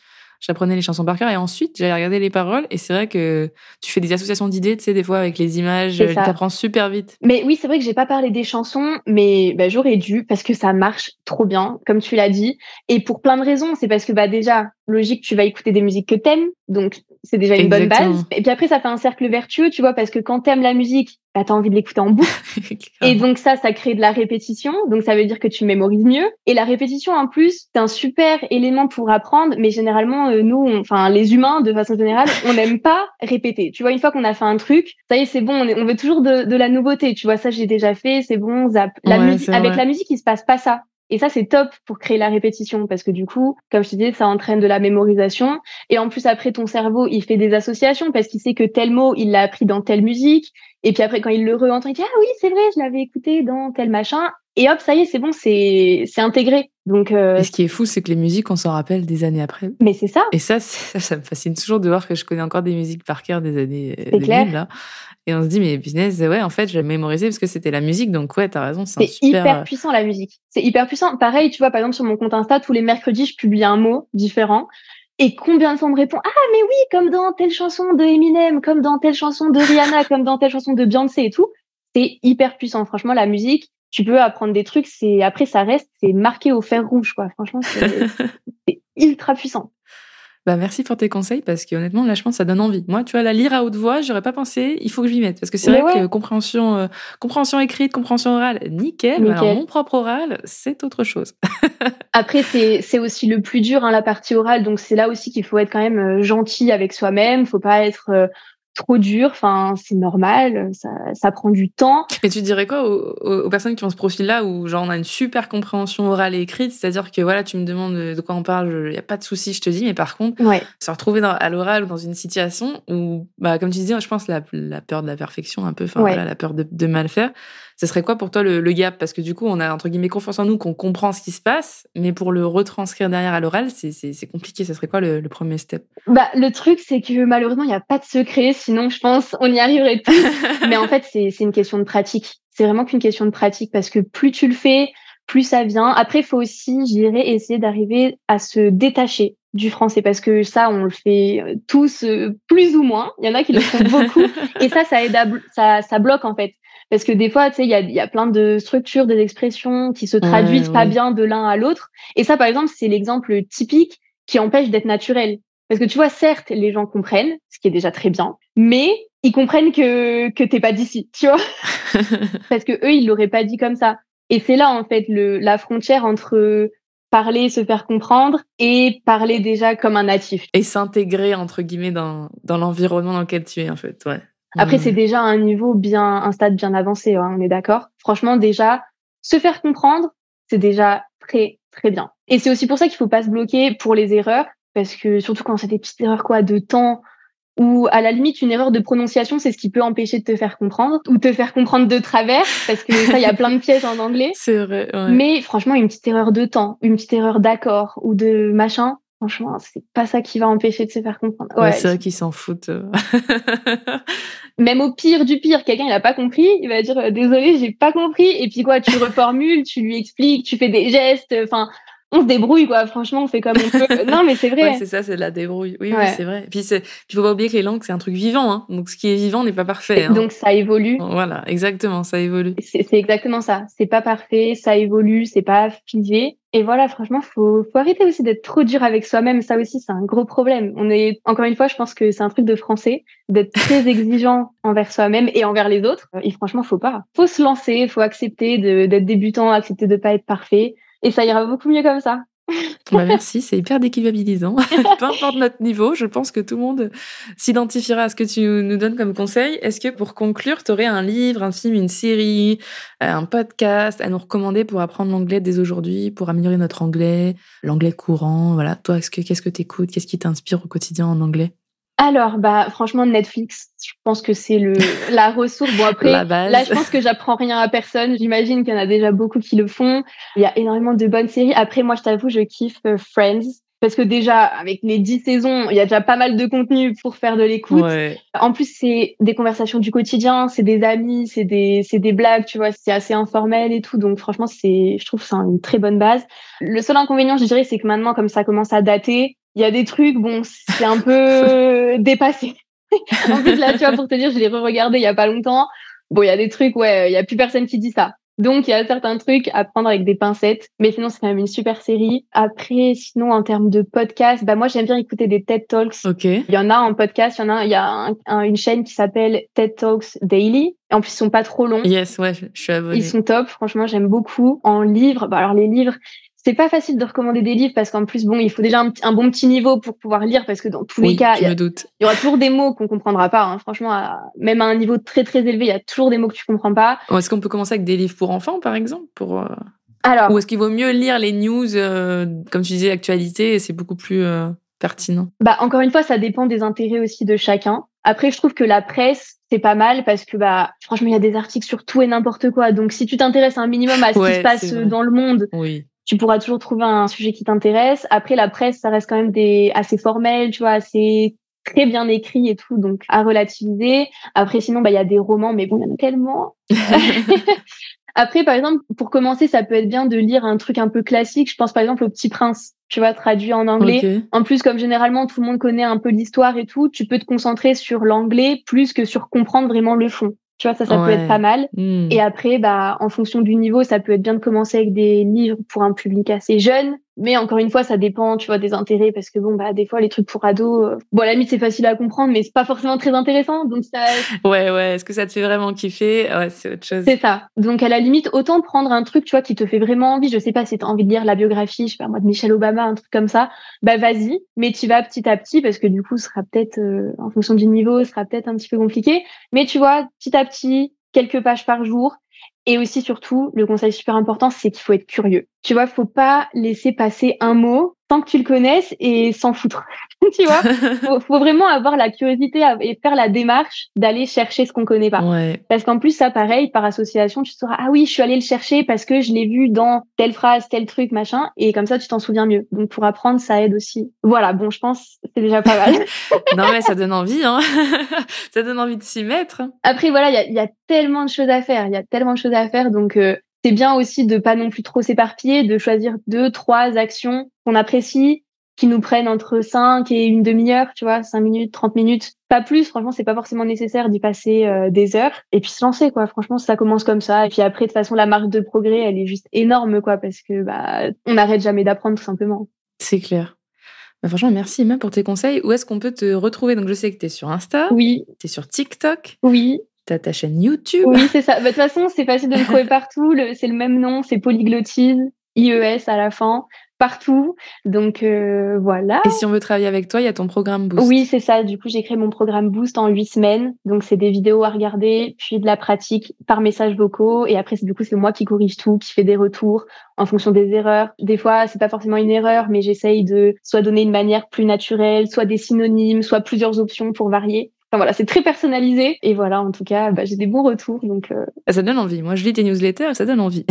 j'apprenais les chansons par cœur et ensuite j'allais regarder les paroles et c'est vrai que tu fais des associations d'idées, tu sais, des fois avec les images, tu apprends super vite. Mais oui, c'est vrai que j'ai pas parlé des chansons, mais bah, j'aurais dû parce que ça marche trop bien, comme tu l'as dit. Et pour plein de raisons, c'est parce que bah déjà, logique, tu vas écouter des musiques que t'aimes, donc c'est déjà une Exactement. bonne base. Et puis après, ça fait un cercle vertueux, tu vois, parce que quand t'aimes la musique, bah, t'as envie de l'écouter en boucle. Et donc ça, ça crée de la répétition, donc ça veut dire que tu mémorises mieux. Et la répétition, en plus, c'est un super élément pour apprendre, mais généralement, euh, nous, on, enfin les humains, de façon générale, on n'aime pas répéter. Tu vois, une fois qu'on a fait un truc, ça y est, c'est bon, on, est, on veut toujours de, de la nouveauté. Tu vois, ça, j'ai déjà fait, c'est bon, zap. La ouais, musique, avec la musique, il se passe pas ça. Et ça, c'est top pour créer la répétition parce que du coup, comme je te disais, ça entraîne de la mémorisation. Et en plus, après, ton cerveau, il fait des associations parce qu'il sait que tel mot, il l'a appris dans telle musique. Et puis après, quand il le re-entend, il dit « Ah oui, c'est vrai, je l'avais écouté dans tel machin. » Et hop, ça y est, c'est bon, c'est, c'est intégré. Donc, euh... Et ce qui est fou, c'est que les musiques, on s'en rappelle des années après. Mais c'est ça. Et ça, ça, ça me fascine toujours de voir que je connais encore des musiques par cœur des années deux mille, là. Et on se dit, mais business, ouais, en fait, je l'ai mémorisé parce que c'était la musique. Donc, ouais, t'as raison, c'est, c'est un super... hyper puissant, la musique. C'est hyper puissant. Pareil, tu vois, par exemple, sur mon compte Insta, tous les mercredis, je publie un mot différent. Et combien de fois on me répond « Ah, mais oui, comme dans telle chanson de Eminem, comme dans telle chanson de Rihanna, comme dans telle chanson de Beyoncé et tout. » C'est hyper puissant. Franchement, la musique, tu peux apprendre des trucs. C'est après, ça reste, c'est marqué au fer rouge, quoi. Franchement, c'est, c'est ultra puissant. Bah, merci pour tes conseils parce que honnêtement, là, je pense que ça donne envie. Moi, tu vois, la lire à haute voix, j'aurais pas pensé. Il faut que je m'y mette parce que c'est mais vrai ouais. que compréhension, euh, compréhension écrite, compréhension orale, nickel. nickel. Alors, mon propre oral, c'est autre chose. Après, c'est, c'est aussi le plus dur, hein, la partie orale. Donc, c'est là aussi qu'il faut être quand même euh, gentil avec soi-même. Faut pas être euh, trop dur. Enfin, c'est normal. Ça, ça prend du temps. Et tu dirais quoi aux, aux personnes qui ont ce profil-là où, genre, on a une super compréhension orale et écrite, c'est-à-dire que, voilà, tu me demandes de quoi on parle, il n'y a pas de souci, je te dis, mais par contre, ouais. se retrouver dans, à l'oral ou dans une situation où, bah, comme tu disais, je pense la, la peur de la perfection, un peu, enfin, ouais. voilà, la peur de, de mal faire. Ce serait quoi pour toi le, le gap? Parce que du coup, on a, entre guillemets, confiance en nous, qu'on comprend ce qui se passe, mais pour le retranscrire derrière à l'oral, c'est, c'est, c'est compliqué. Ce serait quoi le, le premier step? Bah, le truc, c'est que malheureusement, il n'y a pas de secret. Sinon, je pense, on y arriverait tous. Mais en fait, c'est, c'est une question de pratique. C'est vraiment qu'une question de pratique parce que plus tu le fais, plus ça vient. Après, il faut aussi, je dirais, essayer d'arriver à se détacher du français parce que ça, on le fait tous euh, plus ou moins. Il y en a qui le font beaucoup. Et ça, ça aide à, ça, ça bloque, en fait. Parce que des fois, tu sais, il y a, y a plein de structures, des expressions qui se traduisent ouais, pas ouais. bien de l'un à l'autre. Et ça, par exemple, c'est l'exemple typique qui empêche d'être naturel. Parce que tu vois, certes, les gens comprennent, ce qui est déjà très bien, mais ils comprennent que que t'es pas d'ici, tu vois. Parce que eux, ils l'auraient pas dit comme ça. Et c'est là, en fait, le la frontière entre parler, se faire comprendre et parler déjà comme un natif. Et s'intégrer, entre guillemets, dans, dans l'environnement dans lequel tu es, en fait, ouais. Après, mmh. c'est déjà un niveau bien, un stade bien avancé, hein, on est d'accord. Franchement, déjà, se faire comprendre, c'est déjà très, très bien. Et c'est aussi pour ça qu'il faut pas se bloquer pour les erreurs, parce que surtout quand c'est des petites erreurs, quoi, de temps, ou à la limite, une erreur de prononciation, c'est ce qui peut empêcher de te faire comprendre, ou te faire comprendre de travers, parce que ça, il y a plein de pièges en anglais. C'est vrai, ouais. Mais franchement, une petite erreur de temps, une petite erreur d'accord, ou de machin, franchement, c'est pas ça qui va empêcher de se faire comprendre. Ouais, ouais c'est vrai qu'ils s'en foutent. Même au pire du pire, quelqu'un il a pas compris, il va dire désolé, j'ai pas compris. Et puis quoi, tu reformules, tu lui expliques, tu fais des gestes. Enfin, on se débrouille quoi. Franchement, on fait comme on peut. Non, mais c'est vrai. Ouais, c'est ça, c'est de la débrouille. Oui, ouais. oui, c'est vrai. Puis c'est, puis faut pas oublier que les langues c'est un truc vivant, hein. Donc ce qui est vivant n'est pas parfait. Hein. Donc ça évolue. Voilà, exactement, ça évolue. C'est, c'est exactement ça. C'est pas parfait, ça évolue, c'est pas figé. Et voilà, franchement, faut, faut arrêter aussi d'être trop dur avec soi-même. Ça aussi, c'est un gros problème. On est, encore une fois, je pense que c'est un truc de français, d'être très exigeant envers soi-même et envers les autres. Et franchement, faut pas. Faut se lancer, faut accepter de, d'être débutant, accepter de pas être parfait. Et ça ira beaucoup mieux comme ça. Bah merci, c'est hyper déculpabilisant. Peu importe notre niveau, je pense que tout le monde s'identifiera à ce que tu nous donnes comme conseil. Est-ce que pour conclure, tu aurais un livre, un film, une série, un podcast à nous recommander pour apprendre l'anglais dès aujourd'hui, pour améliorer notre anglais, l'anglais courant, voilà. Toi, est-ce que, qu'est-ce que t'écoutes? Qu'est-ce qui t'inspire au quotidien en anglais? Alors, bah, franchement, Netflix, je pense que c'est le, la ressource. Bon, après, là, je pense que j'apprends rien à personne. J'imagine qu'il y en a déjà beaucoup qui le font. Il y a énormément de bonnes séries. Après, moi, je t'avoue, je kiffe Friends. Parce que déjà, avec les dix saisons, il y a déjà pas mal de contenu pour faire de l'écoute. Ouais. En plus, c'est des conversations du quotidien, c'est des amis, c'est des, c'est des blagues, tu vois, c'est assez informel et tout. Donc, franchement, c'est, je trouve que c'est une très bonne base. Le seul inconvénient, je dirais, c'est que maintenant, comme ça commence à dater, Il y a des trucs, bon, c'est un peu dépassé. En plus, là, tu vois, pour te dire, je l'ai re-regardé il y a pas longtemps. Bon, il y a des trucs, ouais, il y a plus personne qui dit ça. Donc, il y a certains trucs à prendre avec des pincettes. Mais sinon, c'est quand même une super série. Après, sinon, en termes de podcast, bah, moi, j'aime bien écouter des TED Talks. Ok. Il y en a en podcast, il y en a, il y a un, un, une chaîne qui s'appelle TED Talks Daily. En plus, ils sont pas trop longs. Yes, ouais, je suis abonnée. Ils sont top. Franchement, j'aime beaucoup. En livre, bah, alors les livres, c'est pas facile de recommander des livres parce qu'en plus, bon, il faut déjà un, un bon petit niveau pour pouvoir lire parce que dans tous oui, les cas, il y, y aura toujours des mots qu'on comprendra pas. Hein. Franchement, à, même à un niveau très très élevé, il y a toujours des mots que tu comprends pas. Est-ce qu'on peut commencer avec des livres pour enfants, par exemple, pour euh... Alors, ou est-ce qu'il vaut mieux lire les news, euh, comme tu disais, actualité, et c'est beaucoup plus euh, pertinent? Bah encore une fois, ça dépend des intérêts aussi de chacun. Après, je trouve que la presse, c'est pas mal parce que bah franchement, il y a des articles sur tout et n'importe quoi. Donc si tu t'intéresses un minimum à ce ouais, qui se passe dans le monde. Oui. Tu pourras toujours trouver un sujet qui t'intéresse. Après, la presse, ça reste quand même des assez formel, tu vois, assez très bien écrit et tout, donc à relativiser. Après, sinon, bah il y a des romans, mais bon, il y en a tellement. Après, par exemple, pour commencer, ça peut être bien de lire un truc un peu classique. Je pense par exemple au Petit Prince, tu vois, traduit en anglais. Okay. En plus, comme généralement tout le monde connaît un peu l'histoire et tout, tu peux te concentrer sur l'anglais plus que sur comprendre vraiment le fond. Tu vois, ça, ça ouais. peut être pas mal. Mmh. Et après, bah, en fonction du niveau, ça peut être bien de commencer avec des livres pour un public assez jeune. Mais encore une fois, ça dépend, tu vois, des intérêts, parce que bon, bah, des fois, les trucs pour ados, euh... bon, à la limite, c'est facile à comprendre, mais c'est pas forcément très intéressant. Donc ça. Ouais, ouais. Est-ce que ça te fait vraiment kiffer? Ouais, c'est autre chose. C'est ça. Donc à la limite, autant prendre un truc, tu vois, qui te fait vraiment envie. Je sais pas si t'as envie de lire la biographie, je sais pas moi, de Michelle Obama, un truc comme ça. Bah vas-y, mais tu vas petit à petit, parce que du coup, ce sera peut-être, euh, en fonction du niveau, ce sera peut-être un petit peu compliqué. Mais tu vois, petit à petit, quelques pages par jour. Et aussi, surtout, le conseil super important, c'est qu'il faut être curieux. Tu vois, faut pas laisser passer un mot tant que tu le connaisses et s'en foutre. Tu vois, faut, faut vraiment avoir la curiosité et faire la démarche d'aller chercher ce qu'on connaît pas. Ouais. Parce qu'en plus, ça, pareil, par association, tu te sauras, ah oui, je suis allée le chercher parce que je l'ai vu dans telle phrase, tel truc, machin. Et comme ça, tu t'en souviens mieux. Donc, pour apprendre, ça aide aussi. Voilà, bon, je pense que c'est déjà pas mal. Non, mais ça donne envie, hein. Ça donne envie de s'y mettre. Après, voilà, il y a, y a tellement de choses à faire. Il y a tellement de choses à faire. Donc, euh, c'est bien aussi de pas non plus trop s'éparpiller, de choisir deux, trois actions qu'on apprécie, qui nous prennent entre cinq et une demi-heure, tu vois, cinq minutes, trente minutes. Pas plus, franchement, c'est pas forcément nécessaire d'y passer euh, des heures. Et puis se lancer, quoi. Franchement, ça commence comme ça. Et puis après, de toute façon, la marge de progrès, elle est juste énorme, quoi, parce que bah, on n'arrête jamais d'apprendre, tout simplement. C'est clair. Bah, franchement, merci Emma pour tes conseils. Où est-ce qu'on peut te retrouver? Donc, je sais que t'es sur Insta. Oui. T'es sur TikTok. Oui. T'as ta chaîne YouTube. Oui, c'est ça. Bah, de toute façon, c'est facile de me trouver partout. Le, c'est le même nom, c'est Polyglottise, I E S à la fin. Partout, donc euh, voilà. Et si on veut travailler avec toi, il y a ton programme Boost. Oui, c'est ça. Du coup, j'ai créé mon programme Boost en huit semaines. Donc, c'est des vidéos à regarder, puis de la pratique par messages vocaux. Et après, c'est, du coup, c'est moi qui corrige tout, qui fait des retours en fonction des erreurs. Des fois, c'est pas forcément une erreur, mais j'essaye de soit donner une manière plus naturelle, soit des synonymes, soit plusieurs options pour varier. Enfin, voilà, c'est très personnalisé. Et voilà, en tout cas, bah, j'ai des bons retours. Donc, euh... ça donne envie. Moi, je lis tes newsletters et ça donne envie.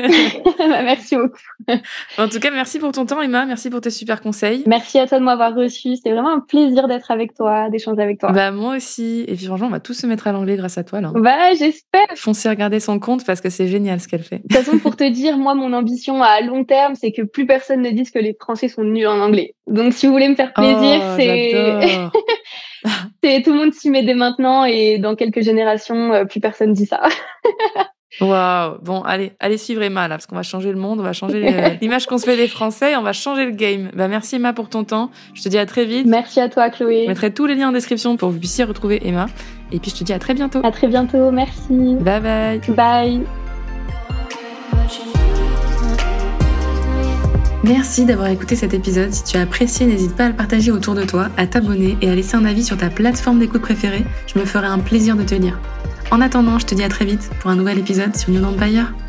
bah, merci beaucoup. En tout cas, merci pour ton temps, Emma. Merci pour tes super conseils. Merci à toi de m'avoir reçue. C'était vraiment un plaisir d'être avec toi, d'échanger avec toi. Bah, moi aussi. Et puis, franchement, on va tous se mettre à l'anglais grâce à toi, là. Bah, j'espère. Foncez regarder son compte parce que c'est génial ce qu'elle fait. De toute façon, pour te dire, moi, mon ambition à long terme, c'est que plus personne ne dise que les Français sont nuls en anglais. Donc, si vous voulez me faire plaisir, oh, c'est... c'est tout le monde s'y met dès maintenant et dans quelques générations, euh, plus personne dit ça. Waouh. Bon, allez, allez suivre Emma là, parce qu'on va changer le monde, on va changer les... l'image qu'on se fait des Français, on va changer le game. Bah merci Emma pour ton temps. Je te dis à très vite. Merci à toi, Chloé. Je mettrai tous les liens en description pour que vous puissiez retrouver Emma. Et puis je te dis à très bientôt. À très bientôt, merci. Bye bye. Bye. Merci d'avoir écouté cet épisode. Si tu as apprécié, n'hésite pas à le partager autour de toi, à t'abonner et à laisser un avis sur ta plateforme d'écoute préférée. Je me ferai un plaisir de te lire. En attendant, je te dis à très vite pour un nouvel épisode sur New Empire.